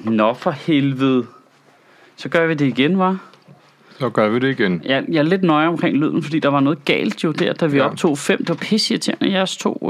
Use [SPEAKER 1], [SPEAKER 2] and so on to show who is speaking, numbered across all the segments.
[SPEAKER 1] Nå for helvede. Så gør vi det igen, hva'?
[SPEAKER 2] Så gør vi det igen.
[SPEAKER 1] Jeg er lidt nøje omkring lyden, fordi der var noget galt jo der, da vi optog 5. Det var pisseirriterende, jeres 2.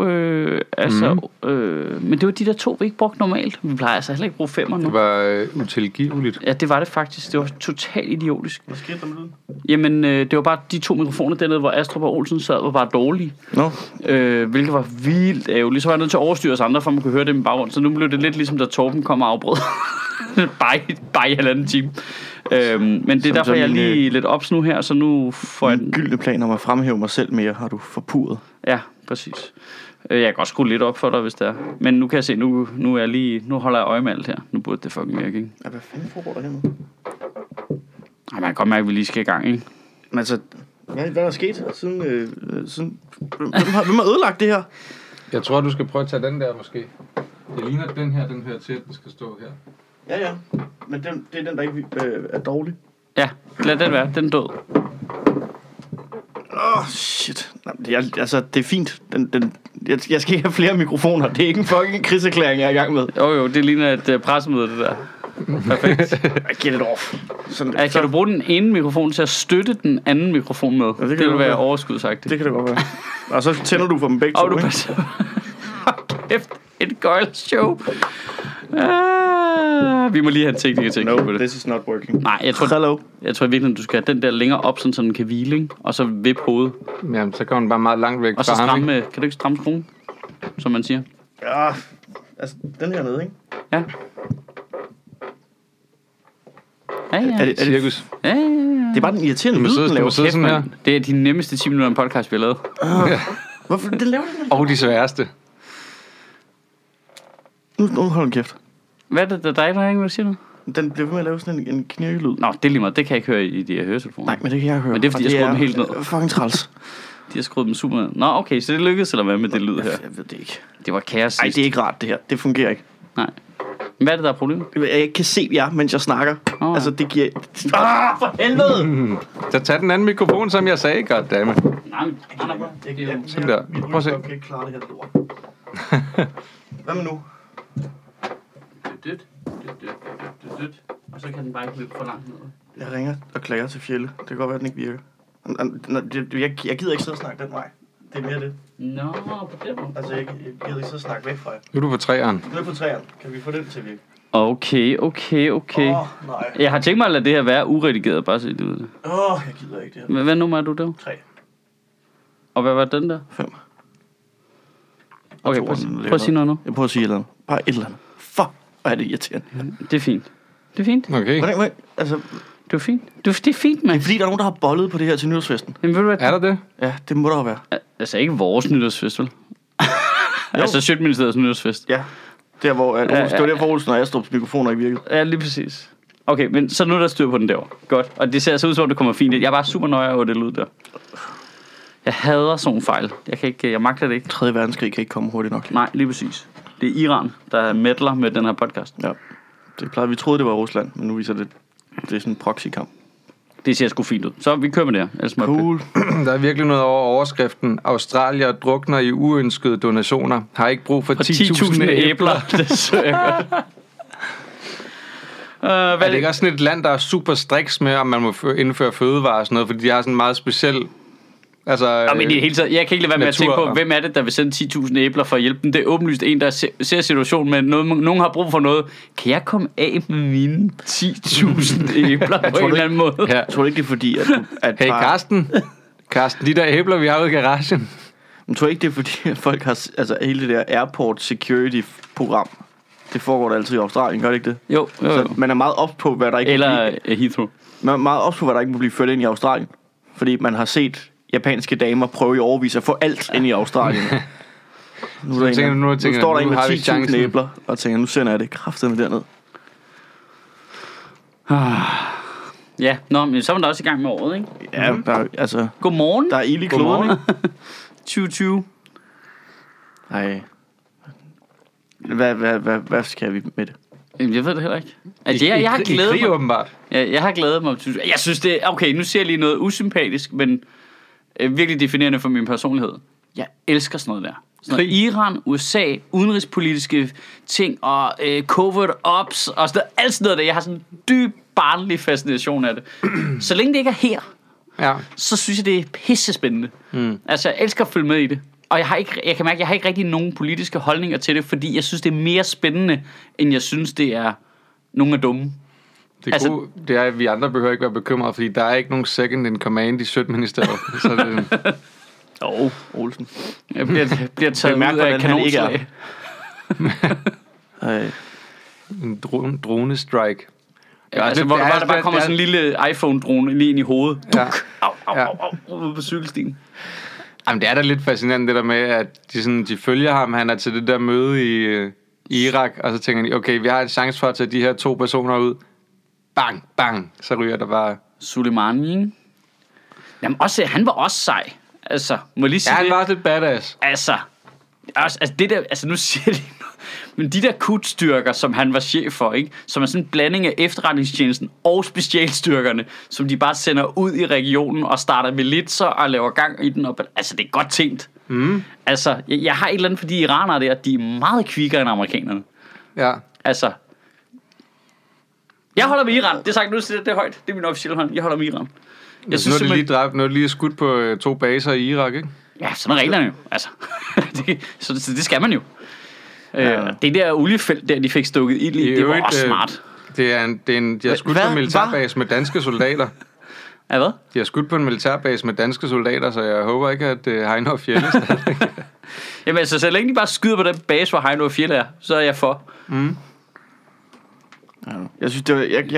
[SPEAKER 1] Men det var de der 2, vi ikke brugte normalt. Vi plejer altså heller ikke bruge 5'er nu.
[SPEAKER 2] Det var utilgiveligt.
[SPEAKER 1] Ja, det var det faktisk. Det var totalt idiotisk.
[SPEAKER 3] Hvad skete der med lyden?
[SPEAKER 1] Jamen, det var bare de 2 mikrofoner dernede, hvor Astrup og Olsen sad, var bare dårlige. Hvilket var vildt ærgerligt. Så var jeg nødt til at overstyre os andre, for man kunne høre det med baggrund. Så nu blev det lidt ligesom, da Torben kom og afbrød. bare i 1,5 time. Men det er derfor, jeg er lige lidt ops nu her, så nu får jeg...
[SPEAKER 3] En gyldne plan om at fremhæve mig selv mere, har du forpurret.
[SPEAKER 1] Ja, præcis. Jeg kan godt skrue lidt op for dig, hvis det er. Men nu kan jeg se, nu holder jeg øje med alt her. Nu burde det fucking virke, ikke?
[SPEAKER 3] Ja, hvad fanden foregår der hernede?
[SPEAKER 1] Ej, man kan godt mærke, at vi lige skal i gang, ikke?
[SPEAKER 3] Men altså, hvad er der sket siden... Hvem har ødelagt det her?
[SPEAKER 2] Jeg tror, du skal prøve at tage den der, måske. Det ligner den hører til, at den skal stå her.
[SPEAKER 3] Ja. Men det er den, der ikke er dårlig.
[SPEAKER 1] Ja, lad den være. Den er død.
[SPEAKER 3] Shit. Det er fint. Jeg skal ikke have flere mikrofoner. Det er ikke en fucking krigserklæring, jeg er i gang med.
[SPEAKER 1] Jo, det ligner et pressemøde, det der. Perfekt.
[SPEAKER 3] Get it off.
[SPEAKER 1] Kan du bruge den ene mikrofon til at støtte den anden mikrofon med?
[SPEAKER 3] Ja, det
[SPEAKER 1] vil være overskudsagtigt.
[SPEAKER 3] Det kan det godt være. Og så tænder du for dem begge to,
[SPEAKER 1] du passer. Kæft, et gøjlshow. Vi må lige have en tekniker til at kigge på det.
[SPEAKER 3] This is not working.
[SPEAKER 1] Nej, jeg tror virkelig, du skal have den der længere op, så den kan hvile, ikke? Og så vippe hovedet.
[SPEAKER 2] Jamen, så kommer den bare meget langt væk.
[SPEAKER 1] Og så stramme, kan du ikke stramme skruen, som man siger?
[SPEAKER 3] Ja, altså den her nede, ikke?
[SPEAKER 1] Ja. Ja.
[SPEAKER 3] Er det
[SPEAKER 2] cirkus?
[SPEAKER 1] Ja.
[SPEAKER 3] Det er bare den irriterende lyd, den laver.
[SPEAKER 2] Kæft, sådan her.
[SPEAKER 1] Det er de nemmeste 10 minutter af en podcast, vi har lavet.
[SPEAKER 3] Hvorfor? Den laver den her.
[SPEAKER 2] Og de sværeste.
[SPEAKER 3] Nu hold kæft.
[SPEAKER 1] Hvad er det, der er dig, hvad siger du?
[SPEAKER 3] Den bliver ved med at lave sådan en knirkelyd.
[SPEAKER 1] Nå, det er lige meget. Det kan jeg ikke høre i de her høretelefoner.
[SPEAKER 3] Nej, men det kan jeg høre.
[SPEAKER 1] Men det er fordi, jeg skruede dem helt ned.
[SPEAKER 3] Fucking træls.
[SPEAKER 1] De har skruet dem super ned. Nå, okay, så det lykkedes, eller hvad med det lyd her?
[SPEAKER 3] Jeg ved det ikke.
[SPEAKER 1] Det var kaos sidst.
[SPEAKER 3] Nej, det er ikke rart, det her. Det fungerer ikke.
[SPEAKER 1] Nej. Hvad er det, der er problemet?
[SPEAKER 3] Jeg ikke kan se jer, mens jeg snakker. Altså, det giver... For helvede!
[SPEAKER 2] Så tag den anden mikrofon, som jeg sagde, goddammit.
[SPEAKER 1] Nej,
[SPEAKER 2] sådan der. Prøv at se.
[SPEAKER 3] Jeg kan ikke klare det her lort. Hvad med nu?
[SPEAKER 1] Og så kan den bare ikke løbe for langt ned.
[SPEAKER 3] Jeg ringer og klager til Fjelle. Det kan godt være, at den ikke virker. Jeg gider ikke sidde og snakke den vej. Det er mere det.
[SPEAKER 1] Nå, på den måde.
[SPEAKER 3] Altså, jeg gider ikke sidde og snakke væk fra jer.
[SPEAKER 2] Nu er du på 3'eren.
[SPEAKER 3] Nu er på 3'eren. Kan vi få den til at virke?
[SPEAKER 1] Okay.
[SPEAKER 3] Nej.
[SPEAKER 1] Jeg har tænkt mig at lade det her være uredigeret, bare se det ud.
[SPEAKER 3] Jeg gider ikke det her.
[SPEAKER 1] Hvad nummer er du der?
[SPEAKER 3] 3.
[SPEAKER 1] Og hvad var den der?
[SPEAKER 3] 5.
[SPEAKER 1] Okay, prøv at sige noget nu.
[SPEAKER 3] Jeg prøver at sige et eller andet. Bare et eller andet. Fuck, hvor er det irriterende.
[SPEAKER 1] Det er fint.
[SPEAKER 2] Okay.
[SPEAKER 3] Hvordan, altså,
[SPEAKER 1] det er fint. Det er fint, mand.
[SPEAKER 3] det er fordi, der er nogen, der har bollet på det her til nytårsfesten.
[SPEAKER 1] Jamen, ved du hvad?
[SPEAKER 2] Er der det?
[SPEAKER 3] Ja, det må der jo være.
[SPEAKER 1] Altså ikke vores nytårsfest, vel? Altså Sjøtministeriets nytårsfest.
[SPEAKER 3] Ja, der hvor det var der, hvor Olsen og Astrups mikrofoner ikke virkede.
[SPEAKER 1] Ja, lige præcis. Okay, men så nu er der styr på den derovre. Godt. Og det ser så ud som om, det kommer fint. Jeg er bare super nøje over det lyd der. Jeg hader sådan en fejl. Jeg magter det ikke.
[SPEAKER 3] 3. verdenskrig kan ikke komme hurtigt nok.
[SPEAKER 1] Nej, lige præcis. Det er Iran, der medler med den her podcast.
[SPEAKER 3] Ja, det plejede, vi troede, det var Rusland, men nu viser det er sådan en proxy-kamp.
[SPEAKER 1] Det ser sgu fint ud. Så vi kører med det her.
[SPEAKER 3] Cool.
[SPEAKER 2] Der er virkelig noget over overskriften. Australier drukner i uønskede donationer. Har ikke brug for 10.000 æbler.
[SPEAKER 1] Det søger jeg godt.
[SPEAKER 2] Er det ikke også sådan et land, der er super striks med, om man må indføre fødevarer og sådan noget, fordi de har sådan en meget speciel... Altså,
[SPEAKER 1] men i hele taget, jeg kan ikke lade være med at tænke på, hvem er det, der vil sende 10.000 æbler for at hjælpe dem. Det er åbenlyst en, der ser situationen med nogen har brug for noget. Kan jeg komme af med mine 10.000 æbler på en eller anden måde?
[SPEAKER 3] Ja. Jeg tror ikke, det er fordi, at
[SPEAKER 2] hey, Karsten, de der æbler, vi har ude i garagen.
[SPEAKER 3] Jeg tror ikke, det er fordi, at folk har... Altså, hele det der airport security-program, det foregår der altid i Australien, gør det ikke det?
[SPEAKER 1] Jo.
[SPEAKER 3] Så man er meget ops på, hvad der ikke...
[SPEAKER 1] Eller Heathrow.
[SPEAKER 3] Man er meget ops på, hvad der ikke må blive ført ind i Australien. Fordi man har set japanske damer prøve i overvis at få alt ind i Australien. Nu står der en med 10.000 æbler, og tænker, nu sender jeg det kraftedeme derned.
[SPEAKER 1] Ja, men så er man da også i gang med året, ikke?
[SPEAKER 3] Ja, der er, altså...
[SPEAKER 1] Godmorgen.
[SPEAKER 3] Der er ild i kloden, ikke?
[SPEAKER 1] 2020.
[SPEAKER 3] Nej. Hvad skal vi med det?
[SPEAKER 1] Jeg ved det heller ikke. Altså, jeg har glædet mig.
[SPEAKER 2] Åbenbart.
[SPEAKER 1] Jeg har glædet mig. Jeg synes det er... Okay, nu siger jeg lige noget usympatisk, men virkelig definerende for min personlighed. Jeg elsker sådan noget der. Sådan Iran, USA, udenrigspolitiske ting og covert ops og sådan noget, alt sådan noget der. Jeg har sådan en dyb barnlig fascination af det. Så længe det ikke er her, så synes jeg, det er pissespændende. Altså, jeg elsker at følge med i det. Og jeg kan mærke, at jeg har ikke rigtig nogen politiske holdninger til det, fordi jeg synes, det er mere spændende, end jeg synes, det er nogle af dumme.
[SPEAKER 2] Det gode, det er, at vi andre behøver ikke være bekymrede, fordi der er ikke nogen second in command i Sødministeriet. Så det...
[SPEAKER 3] Olsen.
[SPEAKER 1] Jeg bliver taget ud af kanonslag.
[SPEAKER 2] En drone-strike.
[SPEAKER 1] Ja, altså, hvor der bare kommer sådan en lille iPhone-drone lige ind i hovedet. Ja. Ude på cykelstien.
[SPEAKER 2] Jamen, det er da lidt fascinerende det der med, at de følger ham. Han er til det der møde i Irak, og så tænker de, okay, vi har en chance for at tage de her 2 personer ud. Bang, bang, så ryger der bare...
[SPEAKER 1] Soleimani, ikke? Jamen, han var også sej. Altså, må lige sige
[SPEAKER 2] han var også lidt badass.
[SPEAKER 1] Altså, det der... Altså, nu siger de... Men de der kutstyrker, som han var chef for, ikke? Som er sådan en blanding af efterretningstjenesten og specialstyrkerne, som de bare sender ud i regionen og starter militser og laver gang i den. Altså, det er godt tænkt. Altså, jeg har et eller andet for de iranere der, de er meget kvikkere end amerikanerne.
[SPEAKER 2] Ja.
[SPEAKER 1] Altså, jeg holder med Iran. Det er sagt, nu siger det højt. Det er min officielle hånd. Jeg holder med Iran.
[SPEAKER 2] Jeg synes, nu er de lige skudt på 2 baser i Irak, ikke?
[SPEAKER 1] Ja, sådan er reglerne jo. Altså, så det skal man jo. Det der oliefelt der, de fik stukket ild i, det var også smart.
[SPEAKER 2] De har skudt på en militærbase med danske soldater.
[SPEAKER 1] Ja, hvad?
[SPEAKER 2] De har skudt på en militærbase med danske soldater, så jeg håber ikke, at Heino og Fjelle
[SPEAKER 1] Jamen altså, så længe de bare skyder på den base, hvor Heino og Fjelle er, så er jeg for.
[SPEAKER 3] Jeg synes,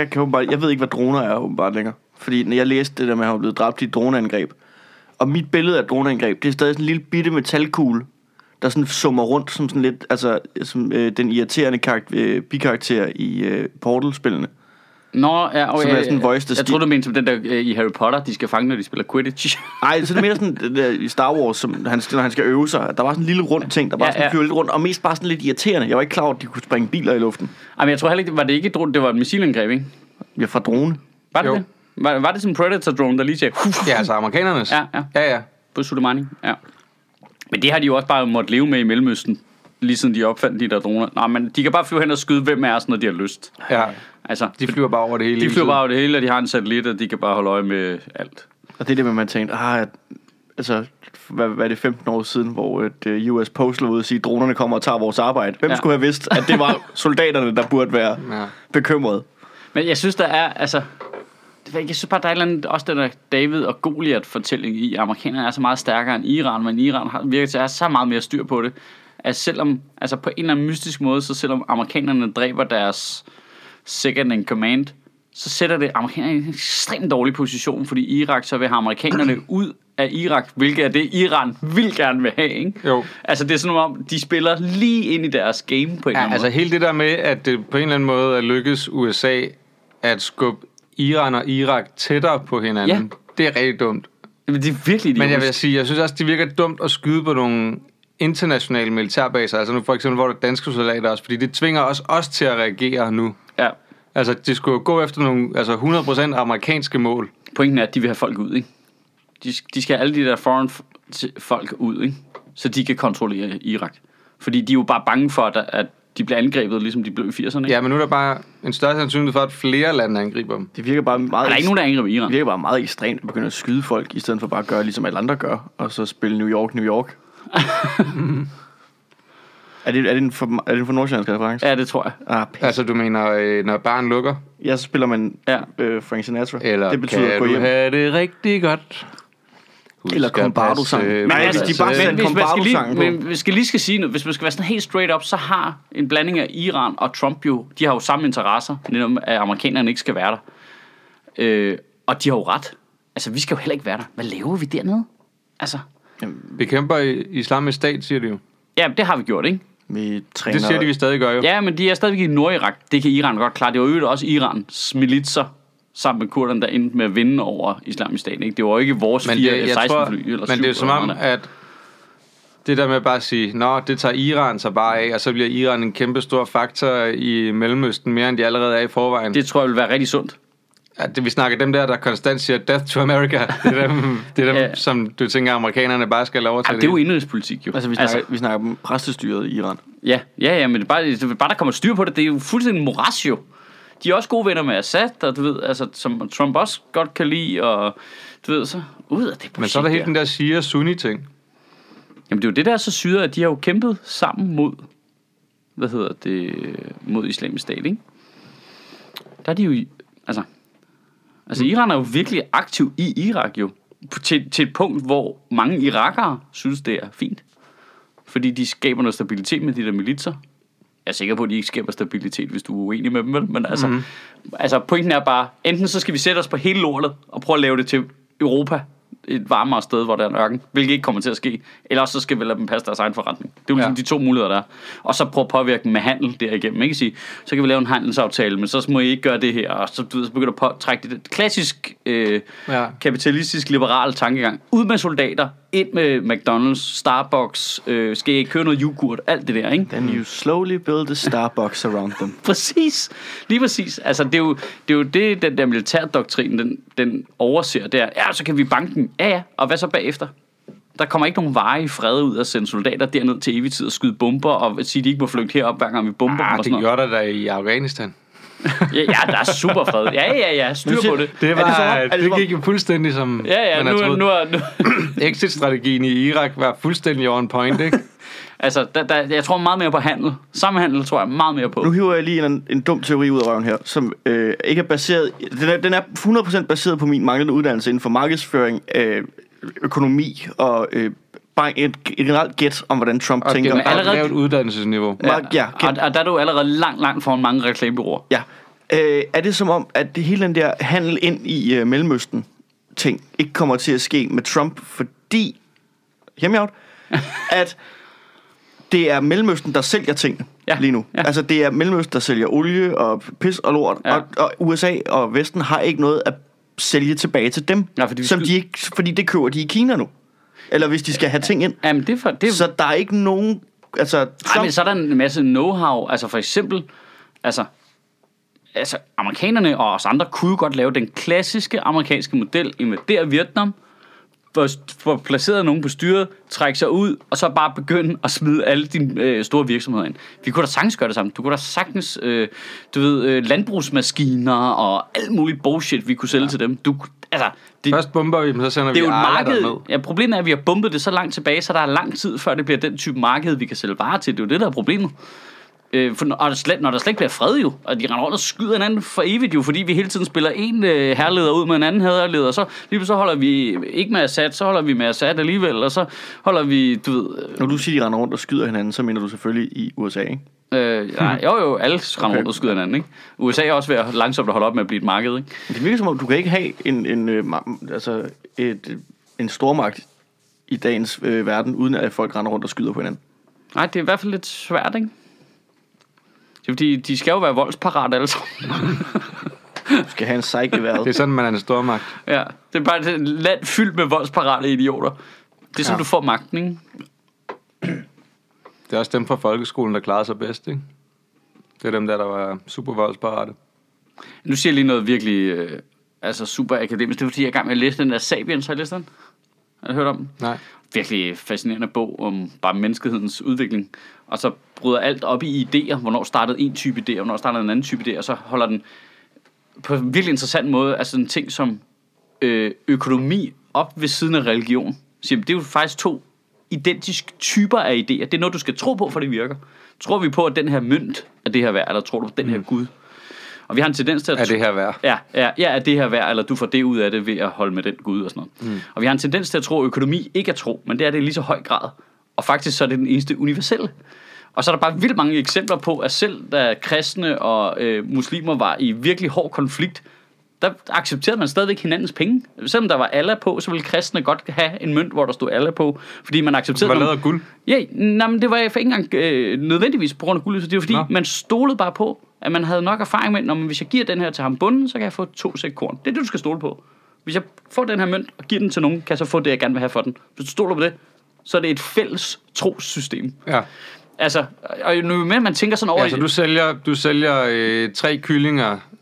[SPEAKER 3] jeg ved ikke, hvad droner er åbenbart længere. Fordi når jeg læste det der med, at han var blevet dræbt i et droneangreb, og mit billede af et droneangreb, det er stadig sådan en lille bitte metalkugle, der sådan summer rundt som sådan lidt, altså som den irriterende bikarakter i Portal-spillene.
[SPEAKER 1] Nå, ja,
[SPEAKER 3] som er sådan voice,
[SPEAKER 1] jeg tror du mente som den der i Harry Potter, de skal fange, når de spiller Quidditch.
[SPEAKER 3] Nej, så er det mere sådan det der, i Star Wars, som når han skal øve sig. Der var sådan en lille rund ting, der bare sådan flyver lidt rundt, og mest bare sådan lidt irriterende. Jeg var ikke klar over, at de kunne springe biler i luften.
[SPEAKER 1] Ej, men jeg tror heller ikke, var det ikke et drone, det var et missilangreb, ikke?
[SPEAKER 3] Ja, fra drone.
[SPEAKER 1] Var det det? Var det sådan en Predator-drone, der lige sagde...
[SPEAKER 2] Ja, altså amerikanernes. Ja.
[SPEAKER 1] På Soleimani, ja. Men det har de jo også bare måttet leve med i Mellemøsten, lige siden de opfandt de der droner. Nej, men de kan bare flyve hen og skyde hvem af os, når de har lyst.
[SPEAKER 2] Ja,
[SPEAKER 1] altså,
[SPEAKER 2] de flyver bare over det hele.
[SPEAKER 1] De flyver bare over det hele, og de har en satellit, og de kan bare holde øje med alt.
[SPEAKER 3] Og det er det, man tænkte, altså, hvad er det 15 år siden, hvor US Postal var ude og sige, at dronerne kommer og tager vores arbejde. Hvem skulle have vidst, at det var soldaterne, der burde være bekymrede? Men
[SPEAKER 1] jeg synes, der er, altså... Jeg synes bare, der er et eller andet, også den der David og Goliat-fortælling i. Amerikanerne er så meget stærkere end Iran, men Iran virker til at have så meget mere styr på det, at selvom, altså på en eller anden mystisk måde, så selvom amerikanerne dræber deres second in command, så sætter det amerikanerne i en ekstremt dårlig position, fordi Irak så vil have amerikanerne ud af Irak, hvilket er det, Iran vil gerne vil have, ikke?
[SPEAKER 2] Jo.
[SPEAKER 1] Altså det er sådan om, de spiller lige ind i deres game på en eller anden måde.
[SPEAKER 2] Altså hele det der med, at det på en eller anden måde er lykkes USA at skubbe Iran og Irak tættere på hinanden. Ja. Det er rigtig dumt.
[SPEAKER 1] Men det er virkelig
[SPEAKER 2] Men jeg vil sige, jeg synes også, det virker dumt at skyde på nogle internationale militærbaser. Altså nu for eksempel, hvor der er danske soldater også, fordi det tvinger os til at reagere nu.
[SPEAKER 1] Ja.
[SPEAKER 2] Altså, de skulle gå efter nogle 100% amerikanske mål.
[SPEAKER 1] Pointen er, at de vil have folk ud, ikke? De skal have alle de der foreign folk ud, ikke? Så de kan kontrollere Irak. Fordi de er jo bare bange for, at de bliver angrebet, ligesom de blev i 80'erne, ikke?
[SPEAKER 2] Ja, men nu er der bare en større sandsynlighed for, at flere lande angriber dem.
[SPEAKER 3] Det virker bare meget...
[SPEAKER 1] Der er ikke nogen, der angriber Iran.
[SPEAKER 3] Det virker bare meget ekstremt at begynde at skyde folk, i stedet for bare at gøre, ligesom alle andre gør, og så spille New York. Er det en for nordsjællandsk reference?
[SPEAKER 1] Ja, det tror jeg.
[SPEAKER 2] Altså, du mener, når barn lukker?
[SPEAKER 3] Ja, så spiller man Frank Sinatra.
[SPEAKER 2] Eller det betyder, kan du have det rigtig godt?
[SPEAKER 3] Eller Combardo-sang.
[SPEAKER 1] Men hvis vi lige skal sige noget, hvis man skal være sådan helt straight up, så har en blanding af Iran og Trump jo, de har jo samme interesser, netop at amerikanerne ikke skal være der. Og de har jo ret. Altså, vi skal jo heller ikke være der. Hvad laver vi dernede? Altså.
[SPEAKER 2] Vi kæmper i Islamisk Stat, siger de jo.
[SPEAKER 1] Ja, det har vi gjort, ikke?
[SPEAKER 3] Vi træner...
[SPEAKER 2] Det siger de, vi stadig gør jo.
[SPEAKER 1] Ja, men de er stadigvæk i Nordirak. Det kan Iran godt klare. Det var jo også Irans militser sammen med kurderne, der endte med at vinde over Islamisk Stat, ikke? Det var ikke vores 4 F-16-fly.
[SPEAKER 2] Men det er som om, at det der med bare at sige, nå, det tager Iran så bare af, og så bliver Iran en kæmpe stor faktor i Mellemøsten, mere end de allerede er i forvejen.
[SPEAKER 1] Det tror jeg vil være rigtig sundt.
[SPEAKER 2] vi snakker dem der konstant siger, death to America. Det er dem som du tænker, amerikanerne bare skal lov at tage.
[SPEAKER 1] Det er jo indrigspolitik, jo.
[SPEAKER 3] Altså, vi snakker præstestyret i Iran.
[SPEAKER 1] Ja, men det er bare der kommer styr på det. Det er jo fuldstændig moras, jo. De er også gode venner med Assad, og du ved, altså, som Trump også godt kan lide, og du ved, så ud af det projekt.
[SPEAKER 2] Men så er der helt den der Shia-Sunni-ting.
[SPEAKER 1] Jamen, det er jo det der så syder, at de har jo kæmpet sammen mod, mod Islamisk Stat, ikke? Der er de jo, altså Iran er jo virkelig aktiv i Irak, jo. Til et punkt, hvor mange irakere synes, det er fint. Fordi de skaber noget stabilitet med de der militser. Jeg er sikker på, at de ikke skaber stabilitet, hvis du er uenig med dem. Men altså pointen er bare, enten så skal vi sætte os på hele lortet og prøve at lave det til Europa, et varmere sted, hvor der er en ørken, hvilket ikke kommer til at ske. Eller så skal vi lade dem passe deres egen forretning. Det er jo ligesom de to muligheder, der er. Og så prøve at påvirke dem med handel derigennem. Ikke sige, så kan vi lave en handelsaftale, men så må I ikke gøre det her. Og så begynder du at trække det klassisk kapitalistisk liberal tankegang. Ud med soldater, ind med McDonald's, Starbucks, skal I købe noget yoghurt, alt det der, ikke?
[SPEAKER 3] Then you slowly build a Starbucks around them.
[SPEAKER 1] Præcis, lige præcis. Altså det er jo det, den der militærdoktrin, den overser der. Ja, så kan vi banken. Ja, og hvad så bagefter? Der kommer ikke nogen veje i fred ud at sende soldater derned til evig tid og skyde bomber og sige, de ikke må flygte herop, hver gang vi bomber dem og sådan
[SPEAKER 2] noget. Det gjorde der i Afghanistan.
[SPEAKER 1] Ja, der er super fred. Ja, styr på det.
[SPEAKER 2] Det gik jo fuldstændig som man har troet. Exit-strategien i Irak var fuldstændig on point, ikke?
[SPEAKER 1] Altså, jeg tror meget mere på handel. Samhandel tror jeg meget mere på.
[SPEAKER 3] Nu hiver jeg lige en dum teori ud af røven her, som ikke er baseret... Den er 100% baseret på min manglende uddannelse inden for markedsføring, økonomi og... bare et generelt gæt om, hvordan Trump
[SPEAKER 2] og
[SPEAKER 3] tænker.
[SPEAKER 2] Og det er allerede et uddannelsesniveau.
[SPEAKER 1] Og der er du allerede langt foran mange reklamebureauer.
[SPEAKER 3] Ja. Er det som om, at det hele den der handel ind i Mellemøsten ting ikke kommer til at ske med Trump, fordi at det er Mellemøsten, der sælger tingene lige nu. Ja. Altså det er Mellemøsten, der sælger olie og pis og lort, og USA og Vesten har ikke noget at sælge tilbage til dem, fordi det køber de i Kina nu. Eller hvis de skal have ting ind.
[SPEAKER 1] Jamen,
[SPEAKER 3] så der er ikke nogen... Altså,
[SPEAKER 1] men så er der en masse know-how. Altså for eksempel... Altså amerikanerne og os andre kunne jo godt lave den klassiske amerikanske model. Invadere Vietnam, få placeret nogen på styret, trække sig ud, og så bare begynde at smide alle dine store virksomheder ind. Vi kunne da sagtens gøre det sammen. Du kunne da sagtens, landbrugsmaskiner og alt muligt bullshit, vi kunne sælge til dem.
[SPEAKER 2] Først bomber vi dem, så sender vi
[SPEAKER 1] marked ned. Ja, problemet er, at vi har bumpet det så langt tilbage, så der er lang tid, før det bliver den type marked, vi kan sælge varer til. Det er jo det, der er problemet. Når der slet ikke bliver fred jo, og de render rundt og skyder hinanden for evigt jo, fordi vi hele tiden spiller en herleder ud med en anden herleder, så lige så holder vi ikke med Assad, så holder vi med Assad alligevel, og så holder vi, du ved...
[SPEAKER 3] Når du siger, de render rundt og skyder hinanden, så mener du selvfølgelig i USA, ikke?
[SPEAKER 1] Jo, alle render rundt og skyder hinanden, ikke? USA er også ved at langsomt at holde op med at blive et marked, ikke?
[SPEAKER 3] Det virker som om, du kan ikke have en stormagt i dagens verden, uden at folk render rundt og skyder på hinanden.
[SPEAKER 1] Nej, det er i hvert fald lidt svært, ikke? Det er fordi, de skal jo være voldsparat altså.
[SPEAKER 3] Du skal have en psyk i vejret.
[SPEAKER 2] Det er sådan, man er en stormagt.
[SPEAKER 1] Ja, det er bare et land fyldt med voldsparate idioter. Det er sådan, du får magten, ikke?
[SPEAKER 2] Det er også dem fra folkeskolen, der klarede sig bedst, ikke? Det er dem der var super voldsparate.
[SPEAKER 1] Nu siger jeg lige noget virkelig super akademisk. Det er fordi, jeg er i gang med at læse den der Sapiens. Har I læst den? Har I hørt om den?
[SPEAKER 2] Nej.
[SPEAKER 1] Virkelig fascinerende bog om bare menneskehedens udvikling. Og så bryder alt op i idéer. Hvornår startede en type idé, og hvornår startede en anden type idé. Og så holder den på en virkelig interessant måde, altså en ting som økonomi op ved siden af religion. Så det er jo faktisk to identiske typer af idéer. Det er noget, du skal tro på, for det virker. Tror vi på, at den her mønt er det her værd, eller tror du på den her Gud? Og vi har en tendens til at...
[SPEAKER 2] Er det her værd?
[SPEAKER 1] Ja, er det her værd, eller du får det ud af det ved at holde med den Gud og sådan noget. Og vi har en tendens til at tro, at økonomi ikke er tro, men det er det i lige så høj grad. Og faktisk så er det den eneste universelle. Og så er der bare vildt mange eksempler på, at selv da kristne og muslimer var i virkelig hård konflikt, der accepterede man stadigvæk hinandens penge. Selvom der var Allah på, så ville kristne godt have en mønt, hvor der stod Allah på, fordi man accepterede...
[SPEAKER 2] Det var lavet af guld?
[SPEAKER 1] Ja, men det var for ikke engang nødvendigvis på grund af guld, så det var fordi, man stolede bare på, at man havde nok erfaring med, at hvis jeg giver den her til ham bunden, så kan jeg få 2 sæk korn. Det er det, du skal stole på. Hvis jeg får den her mønt og giver den til nogen, kan jeg så få det, jeg gerne vil have for den. Hvis du stoler på det, så er det et fælles trossystem.
[SPEAKER 2] Ja.
[SPEAKER 1] Altså, og nu med, man tænker sådan over...
[SPEAKER 2] Altså, du sælger 3 kyllinger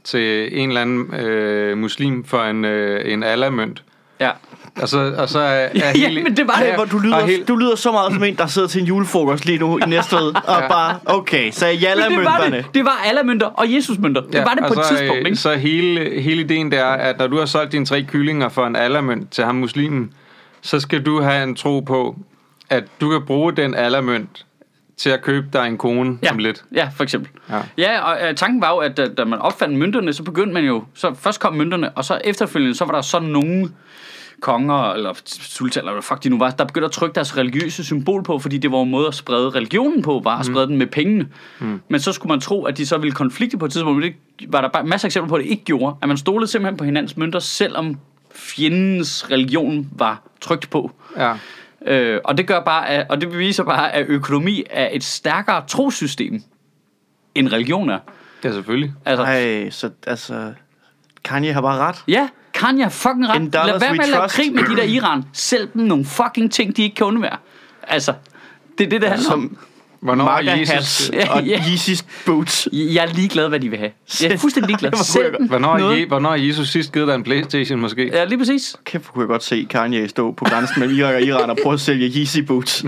[SPEAKER 2] til en eller anden muslim for en Allah-mønt.
[SPEAKER 1] Ja.
[SPEAKER 2] Og så er
[SPEAKER 1] hele... men det var
[SPEAKER 3] det, hvor du lyder så meget som en, der sidder til en julefrokost lige nu i Næstved, og bare, okay, så er Allah-mønterne.
[SPEAKER 1] Det var Allah-mønter og Jesus-mønter. Det var det på et tidspunkt, ikke?
[SPEAKER 2] Så hele ideen der er, at når du har solgt dine 3 kyllinger for en Allah-mønt til ham muslimen, så skal du have en tro på, at du kan bruge den Allah-mønt til at købe dig en kone om lidt.
[SPEAKER 1] Ja, for eksempel. Ja, og tanken var jo, at da man opfandt mønterne, så begyndte man jo... Så først kom mønterne, og så efterfølgende, så var der sådan nogle konger, eller sultaner, eller hvad fuck de nu var, der begyndte at trykke deres religiøse symbol på, fordi det var en måde at sprede religionen på, var at sprede den med pengene. Men så skulle man tro, at de så ville konflikte på et tidspunkt, men det var der bare masser af eksempler på, at det ikke gjorde. At man stolede simpelthen på hinandens mønter, selvom fjendens religion var trykt på.
[SPEAKER 2] Ja.
[SPEAKER 1] Og det gør bare, og det beviser bare, at økonomi er et stærkere trosystem, end religion er.
[SPEAKER 2] Ja, selvfølgelig.
[SPEAKER 3] Altså, Kanye har bare ret.
[SPEAKER 1] Ja, Kanye har fucking ret. Lad være med at lave krig med de der Iran. Selv dem nogle fucking ting, de ikke kan undvære. Altså, det er det, der handler om.
[SPEAKER 2] Hvornår er Jesus
[SPEAKER 3] og Yeezys boots?
[SPEAKER 1] Jeg er ligeglad, hvad de vil have. Jeg er fuldstændig ligeglad.
[SPEAKER 2] Hvornår er Jesus sidst givet dig en PlayStation, måske?
[SPEAKER 1] Ja, lige præcis.
[SPEAKER 3] Kæft, kunne jeg godt se Kanye stå på grænsen mellem Irak og Iran og prøve at sælge Yeezy boots.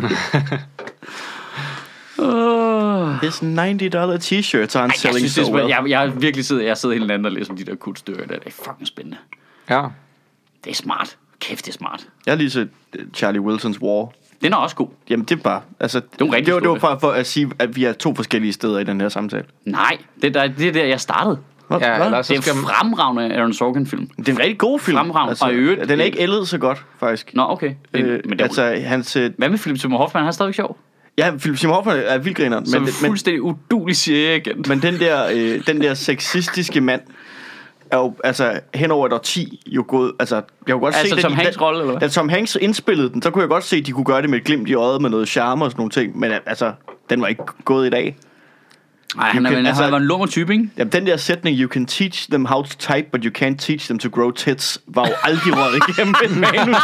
[SPEAKER 3] Det er $90 t-shirts, han selling so well.
[SPEAKER 1] Jeg virkelig sidder helt andet og læser om de der kultstykker der. Det er fucking spændende.
[SPEAKER 2] Ja.
[SPEAKER 1] Det er smart. Kæft, det er smart.
[SPEAKER 3] Jeg har lige set Charlie Wilson's War.
[SPEAKER 1] Den er også god.
[SPEAKER 3] Jamen, det er bare... Altså, det var for at sige, at vi er 2 forskellige steder i den her samtale.
[SPEAKER 1] Nej, det er der, jeg startede.
[SPEAKER 3] Ja,
[SPEAKER 1] det er en fremragende Aaron Sorkin-film.
[SPEAKER 3] Det er en rigtig god film.
[SPEAKER 1] Fremragende. Altså, og øvrigt,
[SPEAKER 3] den er ikke ældet så godt, faktisk.
[SPEAKER 1] Nå, okay. Men
[SPEAKER 3] hvad
[SPEAKER 1] med Philip Seymour Hoffman? Han er stadigvæk sjov.
[SPEAKER 3] Ja, Philip Seymour Hoffman er vildgriner.
[SPEAKER 1] Som fuldstændig udulig CIA-agent.
[SPEAKER 3] Men den der sexistiske mand er jo, altså, hen over et årti jo gået, altså, jeg kunne godt se
[SPEAKER 1] Tom Hanks' rolle, eller hvad?
[SPEAKER 3] Da Tom Hanks indspillede den, så kunne jeg godt se, at de kunne gøre det med et glimt i øjet, med noget charme og sådan nogle ting, men altså, den var ikke gået i dag.
[SPEAKER 1] Nej, han var en lummer type, ikke?
[SPEAKER 3] Jamen, den der sætning, you can teach them how to type, but you can't teach them to grow tits, var jo aldrig røget igennem et manus.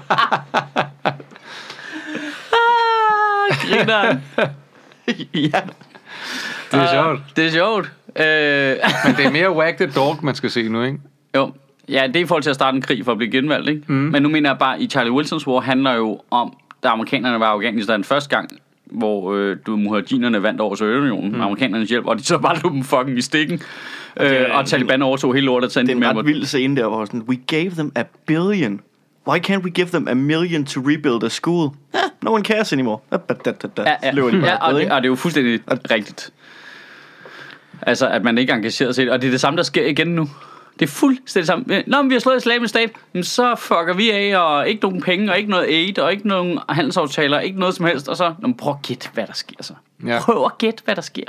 [SPEAKER 1] Griner.
[SPEAKER 3] Ja.
[SPEAKER 2] Det er sjovt.
[SPEAKER 1] Det er sjovt.
[SPEAKER 2] Men det er mere Wag the Dog, man skal se nu, ikke?
[SPEAKER 1] Jo. Ja, det er i forhold til at starte en krig for at blive genvalgt, ikke? Men nu mener jeg bare, i Charlie Wilson's War handler jo om, da amerikanerne var i Afghanistan første gang, hvor mujahedinerne vandt over Sovjetunionen med amerikanernes hjælp, og de så bare lå dem fucking i stikken. Og Taliban overtog hele lortet.
[SPEAKER 3] Det er en ret vild scene der, hvor sådan, we gave them $1 billion. Why can't we give them $1 million to rebuild a school? No one cares anymore.
[SPEAKER 1] Ja, og det er jo fuldstændig rigtigt. Altså, at man ikke engagerer sig. Og det er det samme, der sker igen nu. Det er fuldstændig samme. Når vi har slået Islamisk Stat, så fucker vi af, og ikke nogen penge, og ikke noget aid, og ikke nogen handelsaftaler, ikke noget som helst. Og så, prøv at gætte, hvad der sker så. Ja. Prøv at gætte, hvad der sker.